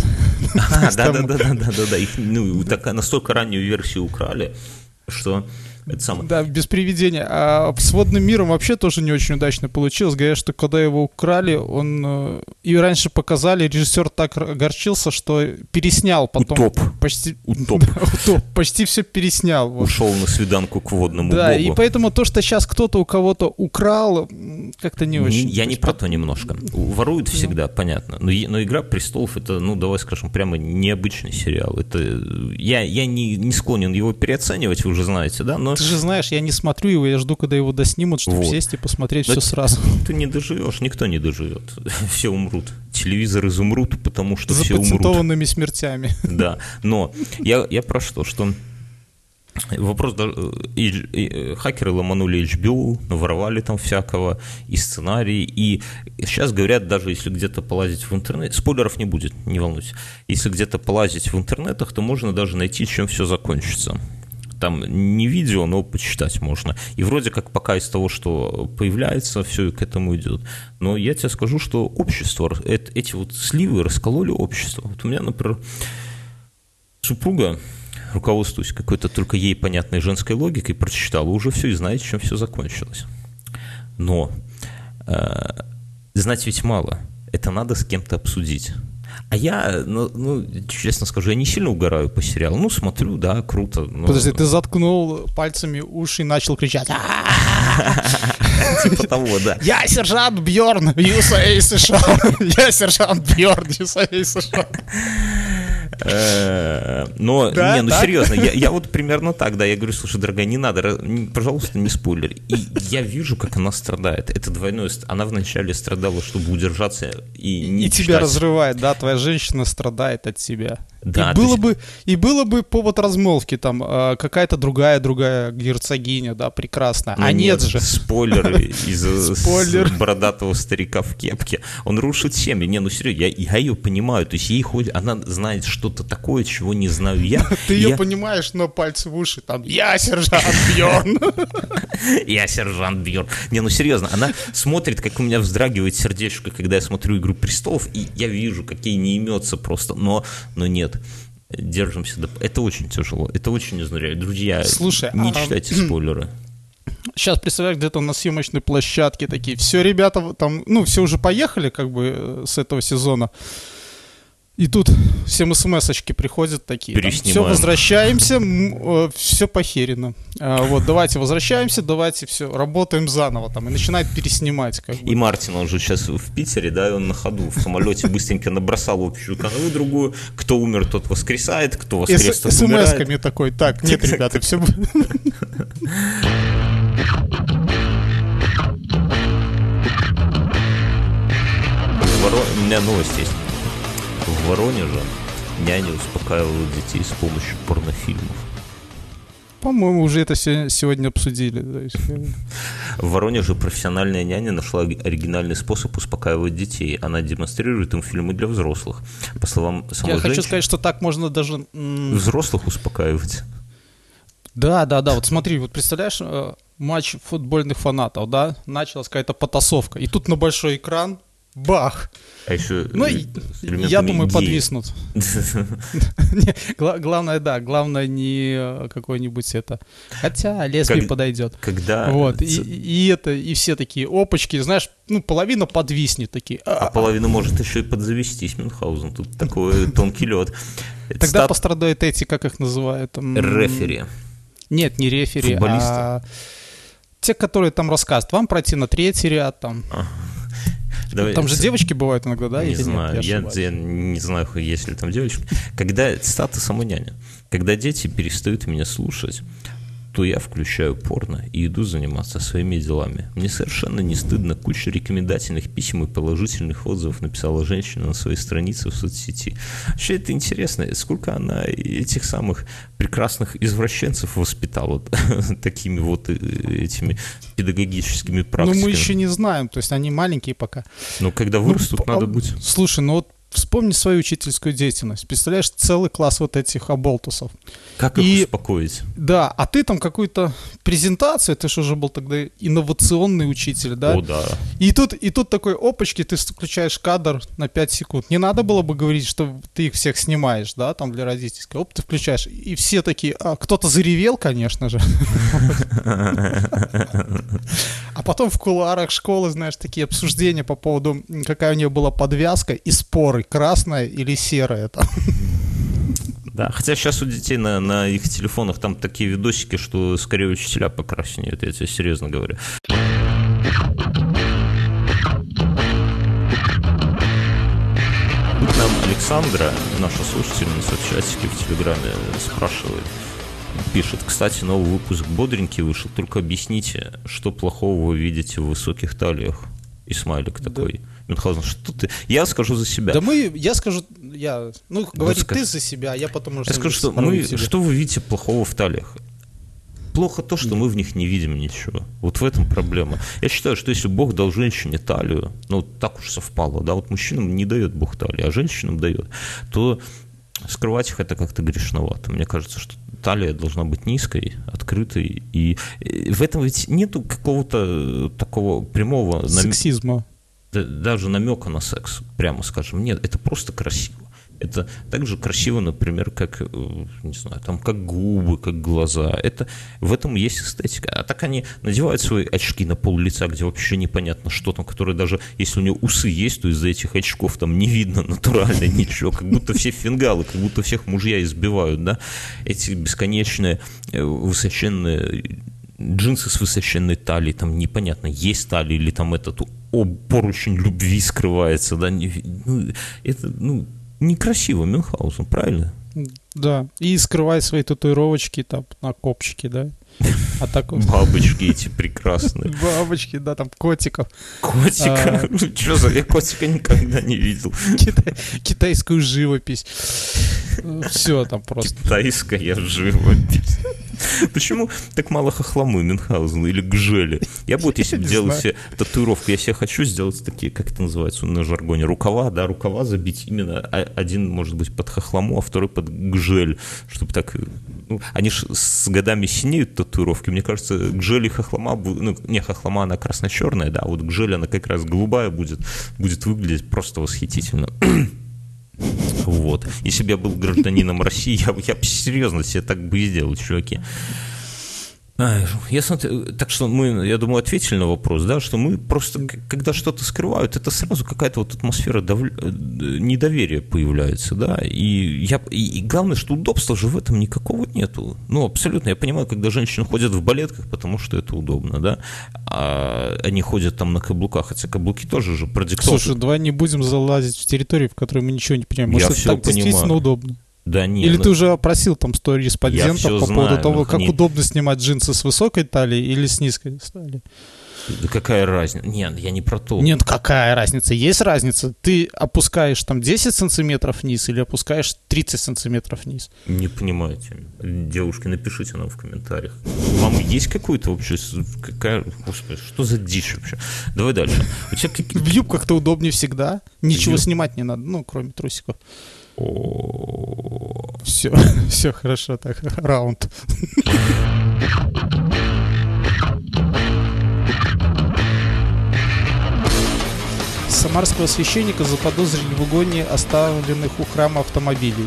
Да. Их настолько раннюю версию украли, что это самое. Да, без привидения. А с «Водным миром» вообще тоже не очень удачно получилось. Говорят, что когда его украли, он и раньше показали, режиссер так огорчился, что переснял потом. Утоп. Почти все переснял. Вот. Ушел на свиданку к водному богу. Да, и поэтому то, что сейчас кто-то у кого-то украл, как-то не очень. Я не про то немножко. Воруют всегда, понятно. Но «Игра престолов» — это, ну, давай скажем, прямо необычный сериал. Это я не склонен его переоценивать, вы уже знаете, да? Но ты же знаешь, я не смотрю его, я жду, когда его доснимут, чтобы сесть и посмотреть все сразу. Ты не доживешь, никто не доживет. Все умрут. Телевизор изумрут, потому что все умрут. Запатентованными смертями. Да, но я про что? Что вопрос, хакеры ломанули HBO, наворовали там всякого, и сценарий, и сейчас говорят, даже если где-то полазить в интернете, спойлеров не будет, не волнуйтесь, если где-то полазить в интернетах, то можно даже найти, чем все закончится. Там не видео, но почитать можно. И вроде как пока из того, что появляется, все к этому идет. Но я тебе скажу, что общество, эти вот сливы раскололи общество. Вот у меня, например, супруга, руководствуясь какой-то только ей понятной женской логикой, прочитала уже все и знает, чем все закончилось. Но знать ведь мало. Это надо с кем-то обсудить. А я, ну, честно скажу, я не сильно угораю по сериалу. Ну, смотрю, да, круто. Но... Подожди, ты заткнул пальцами уши и начал кричать. Типа того, да. Я сержант Бьорн, USA США. Я сержант Бьорн, USA США. Но, серьезно, я вот примерно так, да, я говорю, слушай, дорогая, не надо, пожалуйста, не спойлер. И я вижу, как она страдает. Это двойное, она вначале страдала, чтобы удержаться и не и тебя разрывает, да, твоя женщина страдает от тебя. Да, и было бы повод размолвки, там, какая-то другая герцогиня, да, прекрасная. А нет же. Спойлеры из бородатого старика в кепке. Он рушит семьи. Не, ну серьезно, я ее понимаю. То есть она знает что-то такое, чего не знаю я. Ты ее понимаешь, но пальцы в уши, там, я сержант Бьорн. Я сержант Бьорн. Не, ну серьезно, она смотрит, как у меня вздрагивает сердечко, когда я смотрю «Игру престолов», и я вижу, как ей не имется просто, но нет. Держимся. Это очень тяжело, это очень изнуряет. Друзья, слушай, не читайте спойлеры. Сейчас, представляешь, где-то на съемочной площадке такие, все, ребята, там, ну, все уже поехали, как бы, с этого сезона. И тут всем смс-очки приходят такие. Там, все, возвращаемся, все похерено. Вот, давайте возвращаемся, давайте все, работаем заново. Там, и начинает переснимать. Как бы. И Мартин, он же сейчас в Питере, да, и он на ходу в самолете быстренько набросал общую канву другую. Кто умер, тот воскресает, кто воскрес, тот умирает. СМС-ками такой, так, нет, ребята, все... У меня новость есть. В Воронеже няни успокаивают детей с помощью порнофильмов. По-моему, уже это сегодня обсудили. В Воронеже профессиональная няня нашла оригинальный способ успокаивать детей. Она демонстрирует им фильмы для взрослых. По словам самой женщины... хочу сказать, что так можно даже... Взрослых успокаивать. Да. Вот смотри, вот представляешь, матч футбольных фанатов, да? Началась какая-то потасовка. И тут на большой экран бах. А еще Ну, я думаю, подвиснут. Главное не какой-нибудь это. Хотя лезвие подойдет. Когда... Вот, и все такие опачки, знаешь, половина подвиснет такие. А половина может еще и подзавестись, Мюнхгаузен. Тут такой тонкий лед. Тогда пострадают эти, как их называют? Рефери. Нет, не рефери, а те, которые там рассказывают. Вам пройти на 3-й ряд, там... Там же девочки бывают иногда, да? Не знаю, я не знаю, есть ли там девочки. Когда цитата самоняня. Когда дети перестают меня слушать, то я включаю порно и иду заниматься своими делами. Мне совершенно не стыдно, куча рекомендательных писем и положительных отзывов написала женщина на своей странице в соцсети. Вообще это интересно, сколько она этих самых прекрасных извращенцев воспитала такими вот этими педагогическими практиками. Ну, мы еще не знаем, то есть они маленькие пока. Ну, когда вырастут, надо быть... Слушай, ну вот вспомни свою учительскую деятельность. Представляешь, целый класс вот этих оболтусов. Как их успокоить? Да, а ты там какую-то презентацию, ты же уже был тогда инновационный учитель, да? О, да. И тут такой опачки, ты включаешь кадр на 5 секунд. Не надо было бы говорить, что ты их всех снимаешь, да, там для родительской. Оп, ты включаешь, и все такие, кто-то заревел, конечно же. А потом в кулуарах школы, знаешь, такие обсуждения по поводу, какая у нее была подвязка, и споры, красная или серая там. Да, хотя сейчас у детей на их телефонах там такие видосики, что скорее учителя покраснеют, я тебе серьезно говорю. Нам Александра, наша слушательница в чатике в Телеграме, спрашивает, пишет: кстати, новый выпуск бодренький вышел, только объясните, что плохого вы видите в высоких талиях? И смайлик такой. Мюнхгаузен, что ты? Я скажу за себя. Да говори ты за себя, а я потом уже... Я скажу, что что вы видите плохого в талиях? Плохо то, что мы в них не видим ничего. Вот в этом проблема. Я считаю, что если Бог дал женщине талию, так уж совпало, да, вот мужчинам не дает Бог талию, а женщинам дает, то скрывать их это как-то грешновато. Мне кажется, что талия должна быть низкой, открытой, и в этом ведь нету какого-то такого прямого... Сексизма. Даже намека на секс, прямо скажем. Нет, это просто красиво. Это так же красиво, например, как, не знаю, там, как губы, как глаза. В этом есть эстетика. А так они надевают свои очки на пол лица, где вообще непонятно, что там, которые даже, если у него усы есть, то из-за этих очков там не видно натурально ничего. Как будто все фингалы, как будто всех мужья избивают, да. Эти бесконечные высоченные джинсы с высоченной талией, там непонятно, есть талия или там поручень любви скрывается, да. Это некрасиво, Мюнхгаузен, правильно? Да, и скрывай свои татуировочки там на копчике, да? А так вот... Бабочки эти прекрасные. Бабочки, да, там котиков. Котика? Что за... Я котика никогда не видел. Китайскую живопись. Все там просто. Китайская живопись. Почему так мало хохломы, Мюнхгаузена или гжели? Я бы если бы делал себе татуировку, я себе хочу сделать такие, как это называется на жаргоне, рукава, да, рукава забить именно один, может быть, под хохлому, а второй под гжель, чтобы так... они же с годами синеют татуировки, мне кажется, гжель и хохлома, не хохлома, она красно-черная, да, а вот гжель, она как раз голубая будет выглядеть просто восхитительно. Вот. Если бы я был гражданином России, я бы серьезно себе так бы и сделал, чуваки. Так что мы, я думаю, ответили на вопрос, да, что мы просто, когда что-то скрывают, это сразу какая-то вот атмосфера недоверия появляется, да, и главное, что удобства же в этом никакого нету. Абсолютно, я понимаю, когда женщины ходят в балетках, потому что это удобно, да, а они ходят там на каблуках, хотя каблуки тоже же продиктованы. Слушай, давай не будем залазить в территорию, в которой мы ничего не понимаем. Может, это так действительно удобно? Да нет. Или ты уже опросил там 100 респондентов по поводу того, как удобно снимать джинсы с высокой талией или с низкой талией? Да какая разница? Нет, я не про то. Нет, какая разница? Есть разница. Ты опускаешь там 10 сантиметров вниз или опускаешь 30 сантиметров вниз? Не понимаете. Девушки, напишите нам в комментариях. Вам есть какой-то вообще... Господи, что за дичь вообще? Давай дальше. В юбках-то удобнее всегда. Ничего снимать не надо, кроме трусиков. Все хорошо, так, раунд. Самарского священника заподозрили в угоне оставленных у храма автомобилей.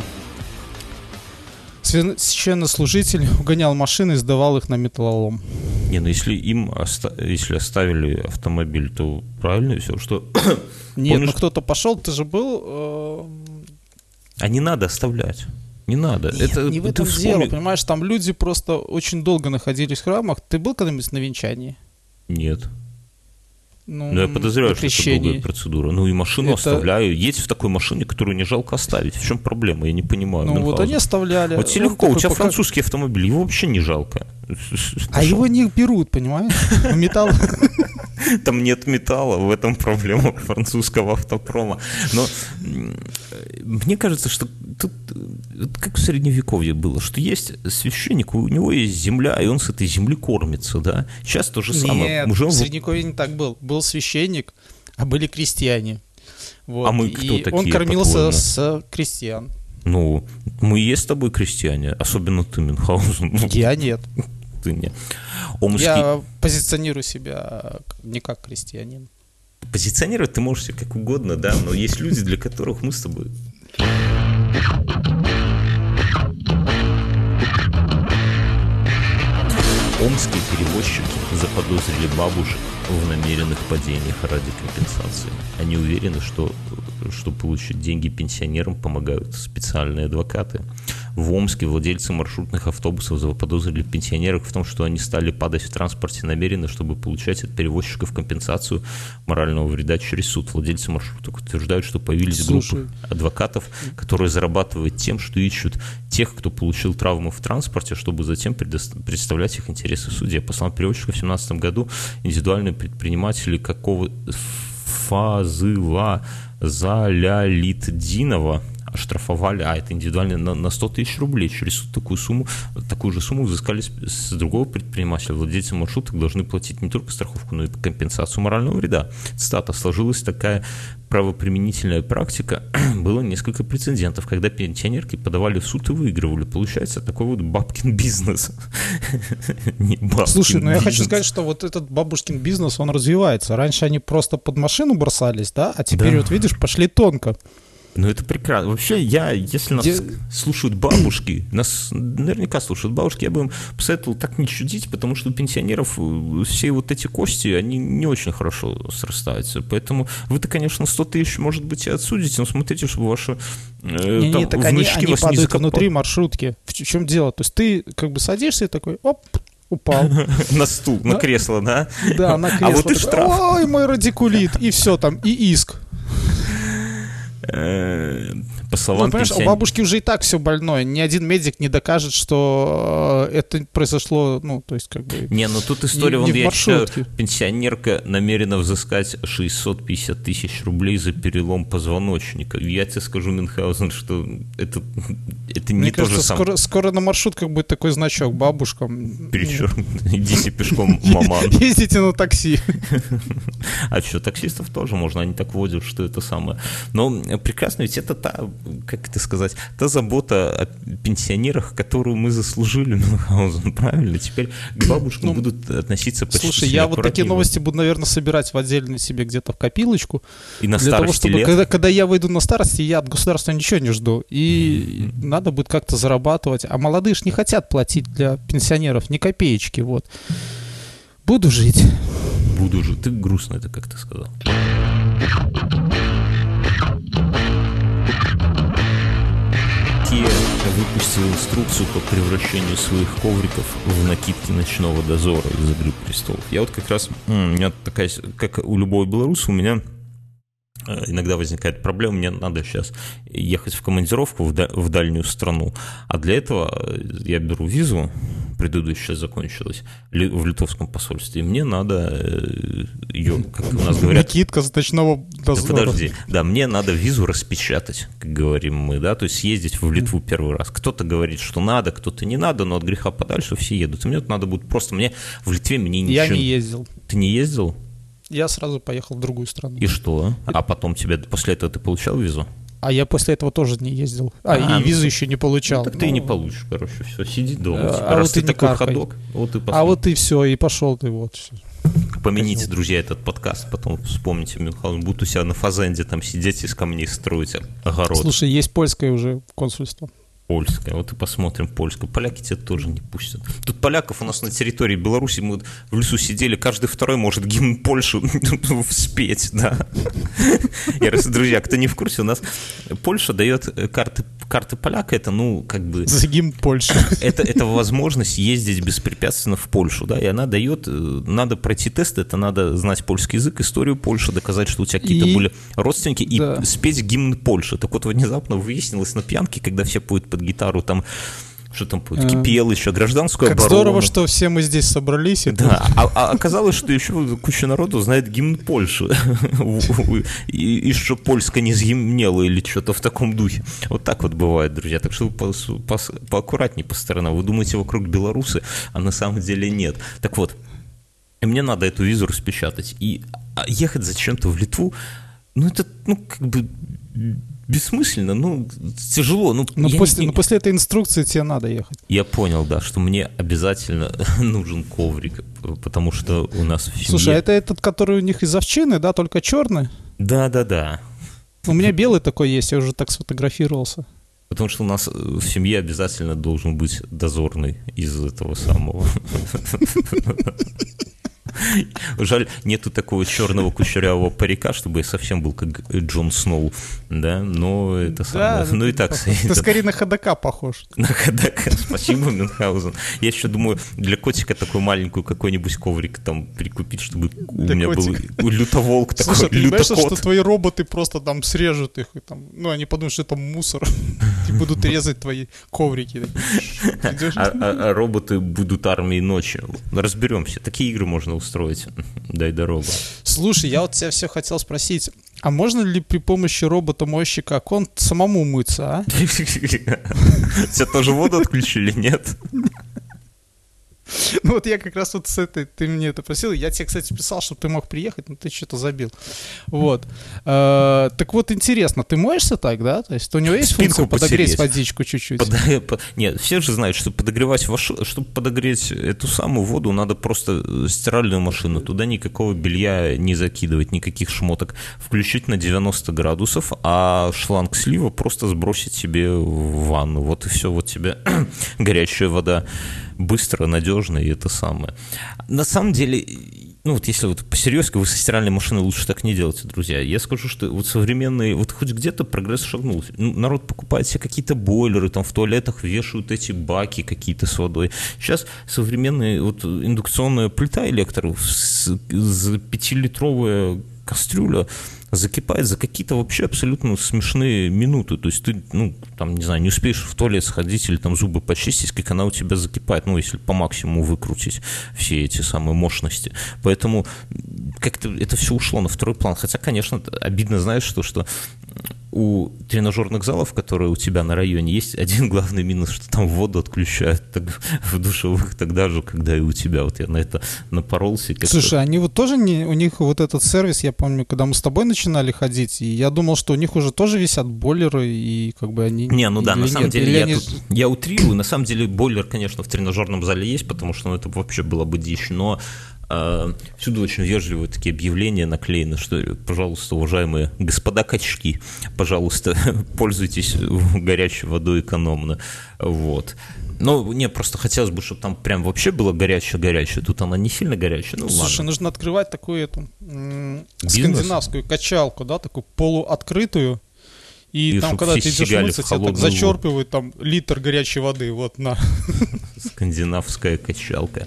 Священнослужитель угонял машины и сдавал их на металлолом. Не, ну если если оставили автомобиль, то правильно все, что... Нет, ну кто-то пошел, ты же был... А не надо оставлять. Не надо. Нет, это, не в этом дело, понимаешь, там люди просто очень долго находились в храмах. Ты был когда-нибудь на венчании? Нет. Ну, но я подозреваю, что это долгая процедура. Ну и машину оставляю. Едь в такой машине, которую не жалко оставить. В чем проблема? Я не понимаю. Ну вот они оставляли. Вот тебе легко, у тебя французский автомобиль, его вообще не жалко. А его не берут, понимаешь? Металл. Там нет металла, в этом проблема французского автопрома. Но мне кажется, что тут как в Средневековье было, что есть священник, у него есть земля, и он с этой земли кормится, да? Сейчас то же самое. Нет, в Средневековье не так был. Был священник, а были крестьяне. Вот. А мы кто такие, он кормился с крестьян. Ну, мы и есть с тобой крестьяне, особенно ты, Мюнхгаузен. Я нет. Ты не. Я позиционирую себя не как крестьянин. Позиционировать ты можешь себя как угодно, да, но есть люди, для которых мы с тобой... Омские перевозчики заподозрили бабушек в намеренных падениях ради компенсации. Они уверены, что чтобы получить деньги пенсионерам, помогают специальные адвокаты. В Омске владельцы маршрутных автобусов заподозрили пенсионеров в том, что они стали падать в транспорте намеренно, чтобы получать от перевозчиков компенсацию морального вреда через суд. Владельцы маршруток утверждают, что появились группы адвокатов, которые зарабатывают тем, что ищут тех, кто получил травму в транспорте, чтобы затем представлять их интересы в суде. По словам перевозчика, в 2017 году индивидуальные предприниматели Фазыла Залялитдинова оштрафовали, это индивидуально, на 100 тысяч рублей. Через суд такую же сумму взыскали с другого предпринимателя. Владельцы маршруток должны платить не только страховку, но и компенсацию морального вреда. Цитата. Сложилась такая правоприменительная практика. Было несколько прецедентов, когда пенсионерки подавали в суд и выигрывали. Получается такой вот бабкин бизнес. Слушай, ну я хочу сказать, что вот этот бабушкин бизнес, он развивается. Раньше они просто под машину бросались, да, а теперь вот видишь, пошли тонко. Ну, это прекрасно. Вообще, если нас слушают бабушки, нас наверняка слушают бабушки, я бы им посоветовал так не чудить, потому что у пенсионеров все вот эти кости, они не очень хорошо срастаются. Поэтому вы-то, конечно, 100 тысяч, может быть, и отсудите, но смотрите, чтобы ваши так они падают внутри маршрутки. В чем дело? То есть ты как бы садишься и такой, оп, упал. На стул, на кресло, да? Да, на кресло. А вот и штраф. Ой, мой радикулит, и все там, и иск. По словам у бабушки уже и так все больное. Ни один медик не докажет, что это произошло, ну, то есть как бы... Не, ну тут история, вон я читаю, пенсионерка намерена взыскать 650 тысяч рублей за перелом позвоночника. Я тебе скажу, Мюнхгаузен, что это не то же самое. Скоро на маршрутках будет такой значок бабушкам. Идите пешком, маман. Ездите на такси. А что, таксистов тоже можно, они так водят, что это самое. Но прекрасно, ведь это та забота о пенсионерах, которую мы заслужили, Мюнхгаузен, правильно? Теперь к бабушкам будут относиться почти. Слушай, я вот такие новости буду, наверное, собирать в отдельно себе где-то в копилочку. И на для старости того, чтобы, лет? Когда я выйду на старости, я от государства ничего не жду. И надо будет как-то зарабатывать. А молодые ж не хотят платить для пенсионеров ни копеечки. Вот. Буду жить. Буду жить. Ты грустно это как-то сказал. Выпустил инструкцию по превращению своих ковриков в накидки ночного дозора из «Игры престолов». Я вот как раз, у меня такая, как у любого белоруса, у меня иногда возникает проблема, мне надо сейчас ехать в командировку в дальнюю страну, а для этого я беру визу, предыдущая закончилась, в литовском посольстве, и мне надо ее, как у нас говорят... Накидка с ночного дозора. Да подожди, да, мне надо визу распечатать, как говорим мы, да, то есть съездить в Литву первый раз. Кто-то говорит, что надо, кто-то не надо, но от греха подальше все едут. И мне тут надо будет просто, в Литве ничего... Я не ездил. Ты не ездил? Я сразу поехал в другую страну. И что? А потом после этого ты получал визу? А я после этого тоже не ездил. И визу еще не получал. Так ты и не получишь, все, сиди дома. А вот ты такой ходок, вот и а вот и все, и пошел ты, вот. Помяните, друзья, этот подкаст, потом вспомните, Мюнхгаузен, будут у себя на фазенде там сидеть из камней строить огород. Слушай, есть польское уже консульство. Польская, вот и посмотрим польскую. Поляки тебя тоже не пустят. Тут поляков у нас на территории Беларуси, мы вот в лесу сидели, каждый второй может гимн Польши спеть, да. Друзья, кто не в курсе, у нас Польша дает карты поляка, это, ну, как бы... За гимн Польши. Это возможность ездить беспрепятственно в Польшу, да, и она дает, надо пройти тест, это надо знать польский язык, историю Польши, доказать, что у тебя какие-то были родственники, и спеть гимн Польши. Так вот, внезапно выяснилось на пьянке, когда все поют под гитару, там, что там поют, кипел еще, гражданскую как оборону. Здорово, что все мы здесь собрались. Да, а оказалось, что еще куча народу знает гимн Польши, и что Польска не сгимнела или что-то в таком духе. Вот так вот бывает, друзья, так что поаккуратнее по сторонам. Вы думаете, вокруг белорусы, а на самом деле нет. Так вот, мне надо эту визу распечатать, и ехать зачем-то в Литву, ну это, ну как бы... бессмысленно, ну, тяжело. Но после этой инструкции тебе надо ехать. Я понял, да, что мне обязательно нужен коврик, потому что у нас в семье... Слушай, а это этот, который у них из овчины, да, только черный? Да. У меня белый такой есть, я уже так сфотографировался. Потому что у нас в семье обязательно должен быть дозорный из этого самого... Жаль, нету такого черного кучерявого парика, чтобы я совсем был как Джон Сноу, да, но это самое, ну и так. Ты скорее на ходока похож. На ходока, спасибо, Мюнхгаузен. Я еще думаю, для котика такой маленький какой-нибудь коврик там прикупить, чтобы у меня был лютоволк такой, лютокот. Слушай, ты понимаешь, что твои роботы просто там срежут их, и там, ну, они подумают, что это мусор, и будут резать твои коврики. А роботы будут армией ночи. Разберемся, такие игры можно устроить. Дай дорогу. Слушай, я вот тебя все хотел спросить, а можно ли при помощи робота-мойщика окон самому мыться, а? Тебя тоже воду отключили, нет? Ну вот я как раз вот с этой, ты мне это просил, я тебе, кстати, писал, чтобы ты мог приехать, но ты что-то забил. Вот. Так вот, интересно, ты моешься так, да? То есть у него есть функция подогреть водичку чуть-чуть? Нет, все же знают, что чтобы подогреть эту самую воду, надо просто стиральную машину, туда никакого белья не закидывать, никаких шмоток, включить на 90 градусов, а шланг слива просто сбросить себе в ванну. Вот и все, вот тебе горячая вода. Быстро, надежно, и это самое. На самом деле, ну вот если вот по-серьезки, вы со стиральной машиной лучше так не делайте, друзья. Я скажу, что вот современные, вот хоть где-то прогресс шагнул. Народ покупает себе какие-то бойлеры, там в туалетах вешают эти баки какие-то с водой. Сейчас современная вот индукционная плита электро, 5-литровая кастрюля закипает за какие-то вообще абсолютно смешные минуты. То есть ты, ну, там, не знаю, не успеешь в туалет сходить или там зубы почистить, как она у тебя закипает, ну, если по максимуму выкрутить все эти самые мощности. Поэтому как-то это все ушло на второй план. Хотя, конечно, обидно, знаешь, что у тренажерных залов, которые у тебя на районе, есть один главный минус, что там воду отключают в душевых тогда же, когда и у тебя. Вот я на это напоролся. Слушай, они вот тоже не... У них вот этот сервис, я помню, когда мы с тобой начинали ходить, и я думал, что у них уже тоже висят бойлеры, и как бы они... Не, ну да, на самом деле я утрирую. На самом деле бойлер, конечно, в тренажерном зале есть, потому что это вообще была бы дичь, но... Всюду очень вежливые такие объявления наклеены, что, пожалуйста, уважаемые господа качки, пожалуйста, пользуйтесь горячей водой экономно. Вот. Но не, просто хотелось бы, чтобы там прям вообще было горячее-горячее. Тут она не сильно горячая, ну слушай, ладно. Нужно открывать такую эту скандинавскую качалку, да, такую полуоткрытую. И там, когда ты идешь мыться, тебя так зачерпывают там литр горячей воды. Вот, на. Скандинавская качалка.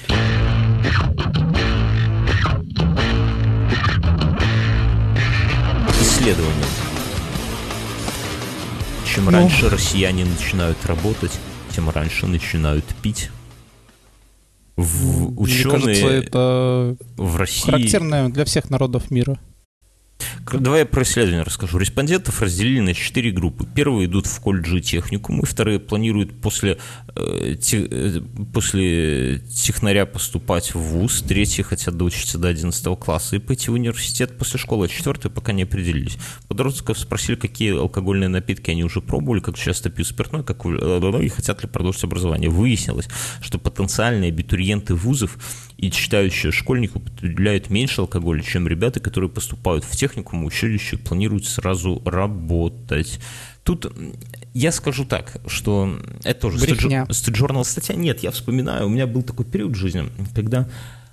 Исследование. Чем раньше россияне начинают работать, тем раньше начинают пить. Ученые, мне кажется, это в России... характерно для всех народов мира. Давай я про исследование расскажу. Респондентов разделили на 4 группы. Первые идут в колледжи и техникумы, вторые планируют после технаря поступать в вуз, третьи хотят доучиться до 11 класса и пойти в университет после школы, а четвертые пока не определились. Подростков спросили, какие алкогольные напитки они уже пробовали, как часто пьют спиртное, и хотят ли продолжить образование. Выяснилось, что потенциальные абитуриенты вузов и читающие школьники употребляют меньше алкоголя, чем ребята, которые поступают в техникум, училище, планируют сразу работать. Тут я скажу так, что это тоже Street Journal статья. Нет, я вспоминаю, у меня был такой период в жизни, когда...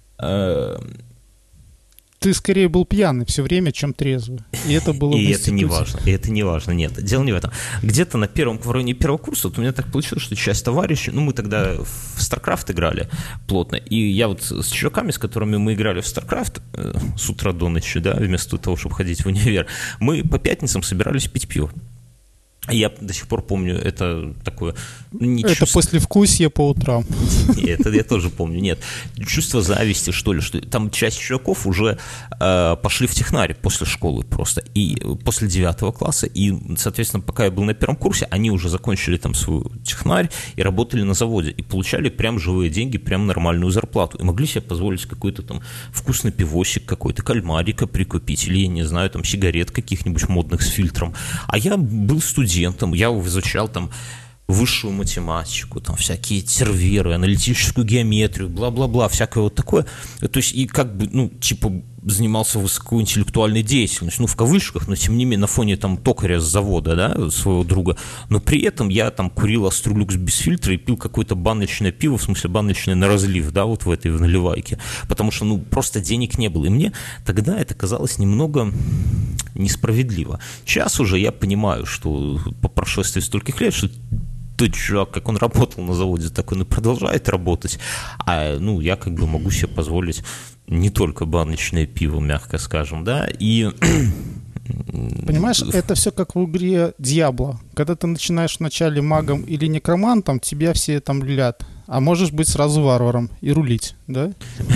Ты скорее был пьяный все время, чем трезвый. И это было в институте. Это не важно, нет, дело не в этом. Где-то в районе первого курса вот у меня так получилось, что часть товарищей, мы тогда в StarCraft играли плотно, и я вот с чуваками, с которыми мы играли в StarCraft с утра до ночи, да, вместо того, чтобы ходить в универ, мы по пятницам собирались пить пиво. Я до сих пор помню, это такое... Это послевкусие по утрам. Это я тоже помню, нет. Чувство зависти, что ли, что там часть чуваков уже пошли в технарь после школы просто, и после 9 класса, и, соответственно, пока я был на первом курсе, они уже закончили там свою технарь и работали на заводе, и получали прям живые деньги, прям нормальную зарплату, и могли себе позволить какой-то там вкусный пивосик какой-то, кальмарика прикупить, или, я не знаю, там сигарет каких-нибудь модных с фильтром. А я был студентом, я изучал там высшую математику, там всякие терверы, аналитическую геометрию, бла-бла-бла, всякое вот такое. То есть и как бы, занимался высокоинтеллектуальной деятельностью, в кавычках, но тем не менее на фоне там токаря с завода, да, своего друга, но при этом я там курил Астролюкс без фильтра и пил какое-то баночное пиво, в смысле баночное на разлив, да, вот в этой наливайке, потому что, просто денег не было, и мне тогда это казалось немного несправедливо. Сейчас уже я понимаю, что по прошествии стольких лет, что тот чувак, как он работал на заводе, так он и продолжает работать, а, я как бы могу себе позволить не только баночное пиво, мягко скажем, да, и... Понимаешь, это все как в игре Диабло. Когда ты начинаешь вначале магом или некромантом, тебя все там лят. А можешь быть сразу варваром и рулить, да?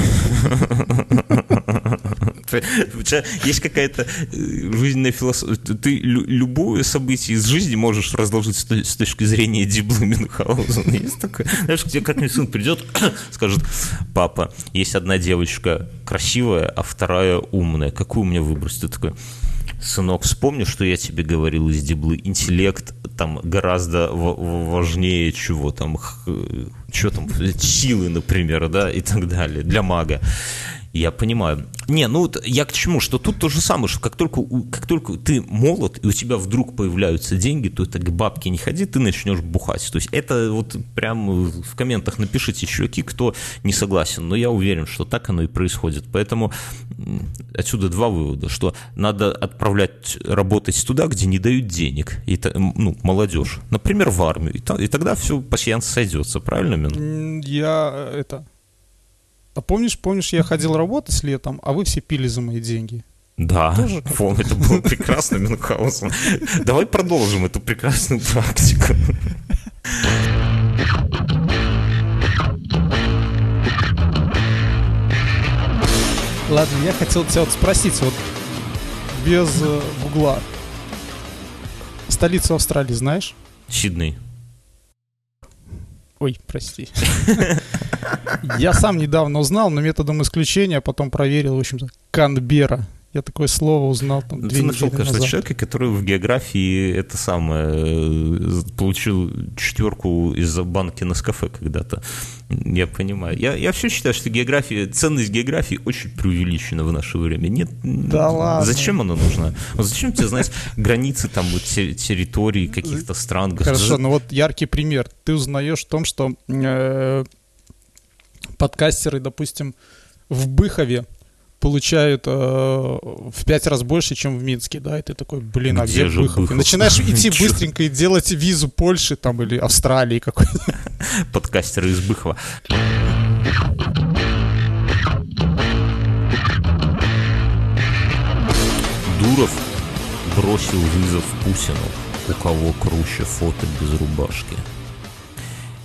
У тебя есть какая-то жизненная философия. Ты любое событие из жизни можешь разложить с точки зрения Диблы Мюнхгаузена. Есть такое? Знаешь, к тебе как-нибудь сын придет, скажет: папа, есть одна девочка красивая, а вторая умная. Какую мне выбрать? Ты такой: сынок, вспомни, что я тебе говорил из Диблы. Интеллект там гораздо важнее чего там, силы, например, да, и так далее, для мага. Я понимаю. Я к чему? Что тут то же самое, что как только ты молод, и у тебя вдруг появляются деньги, то это к бабке не ходи, ты начнешь бухать. То есть это вот прям в комментах напишите, чуваки, кто не согласен. Но я уверен, что так оно и происходит. Поэтому отсюда два вывода, что надо отправлять работать туда, где не дают денег, и, молодежь. Например, в армию. И тогда все пасьянс сойдется. Правильно, Мин? А помнишь, я ходил работать летом, а вы все пили за мои деньги? Да, помню, это было прекрасно, Мюнхгаузен. Давай продолжим эту прекрасную практику. Ладно, я хотел тебя спросить, без гугла. Столицу Австралии знаешь? Сидней. Ой, прости. Я сам недавно узнал, но методом исключения, потом проверил, в общем-то, Канберра. Я такое слово узнал там 2 недели назад. Ты нашел, кажется, человека, который в географии получил 4 из-за банки Нескафе когда-то. Я понимаю. Я все считаю, что ценность географии очень преувеличена в наше время. Нет, да ладно. Зачем она нужна? Зачем тебе знать границы там территорий каких-то стран? Хорошо, яркий пример. Ты узнаешь о том, что подкастеры, допустим, в Быхове получают в 5 раз больше, чем в Минске, да, и ты такой: а где Быхов? И начинаешь идти быстренько и делать визу Польши там или Австралии какой-то. Подкастеры из Быхова. Дуров бросил вызов Путину. У кого круче фото без рубашки?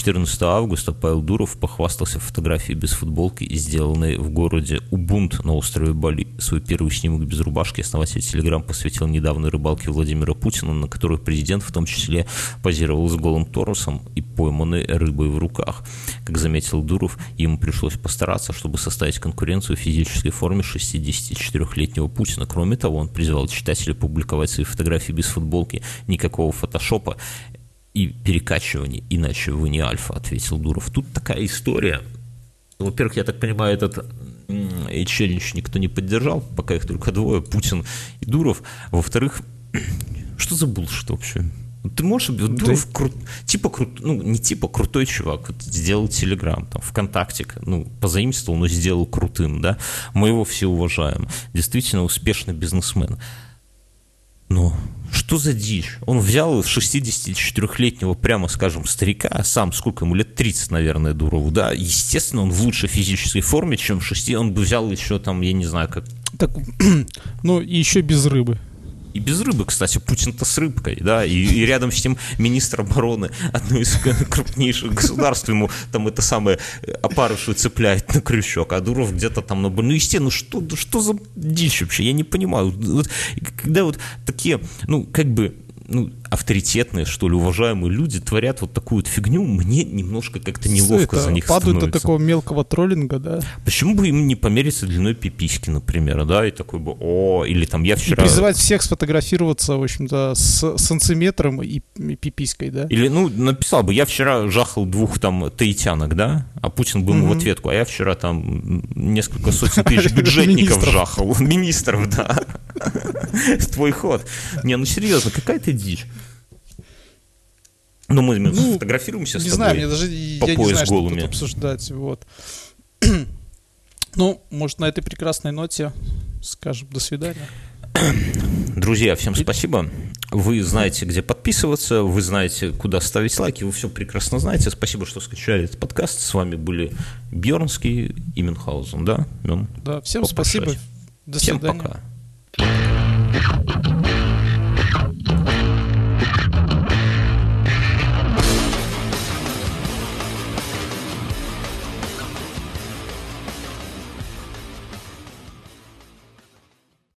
14 августа Павел Дуров похвастался фотографией без футболки, сделанной в городе Убунт на острове Бали. Свой первый снимок без рубашки основатель Telegram посвятил недавней рыбалке Владимира Путина, на которой президент в том числе позировал с голым торсом и пойманной рыбой в руках. Как заметил Дуров, ему пришлось постараться, чтобы составить конкуренцию в физической форме 64-летнего Путина. Кроме того, он призвал читателей публиковать свои фотографии без футболки, никакого фотошопа и перекачивания, иначе вы не альфа, ответил Дуров. Тут такая история. Во-первых, я так понимаю, этот челлендж никто не поддержал, пока их только двое, Путин и Дуров. Во-вторых, что за булшит вообще? Ты можешь, Дуров крутой чувак, вот сделал Телеграм, там, ВКонтакте, позаимствовал, но сделал крутым, да, мы его все уважаем, действительно успешный бизнесмен. Но что за дичь? Он взял 64-летнего, прямо скажем, старика, сам сколько ему лет, 30, наверное, Дурову, да, естественно, он в лучшей физической форме, чем он бы взял еще там, я не знаю, как... Так, и еще без рыбы. И без рыбы, кстати, Путин-то с рыбкой, да, и рядом с ним министр обороны одной из крупнейших государств, ему там это самое опарышу цепляет на крючок, а Дуров где-то там естественно, что за дичь вообще, я не понимаю, когда вот такие, авторитетные, что ли, уважаемые люди творят вот такую вот фигню, мне немножко как-то неловко за них становится. Падают от такого мелкого троллинга, да. Почему бы им не помериться длиной пиписьки, например, да, и такой бы, или там я вчера... И призывать всех сфотографироваться, в общем-то, с сантиметром и пиписькой, да. Или, написал бы, я вчера жахал 2 там таитянок, да, а Путин бы ему в ответку, а я вчера там несколько сотен тысяч бюджетников жахал, министров, да. Твой ход. Не, серьезно, какая-то дичь. Мы фотографируемся с тобой. Не знаю, я не знаю, что тут обсуждать. Вот. Может, на этой прекрасной ноте скажем до свидания. Друзья, всем спасибо. Вы знаете, где подписываться, вы знаете, куда ставить лайки, вы все прекрасно знаете. Спасибо, что скачали этот подкаст. С вами были Бьернский и Мюнхгаузен, да? Да, всем спасибо. До свидания. Всем пока.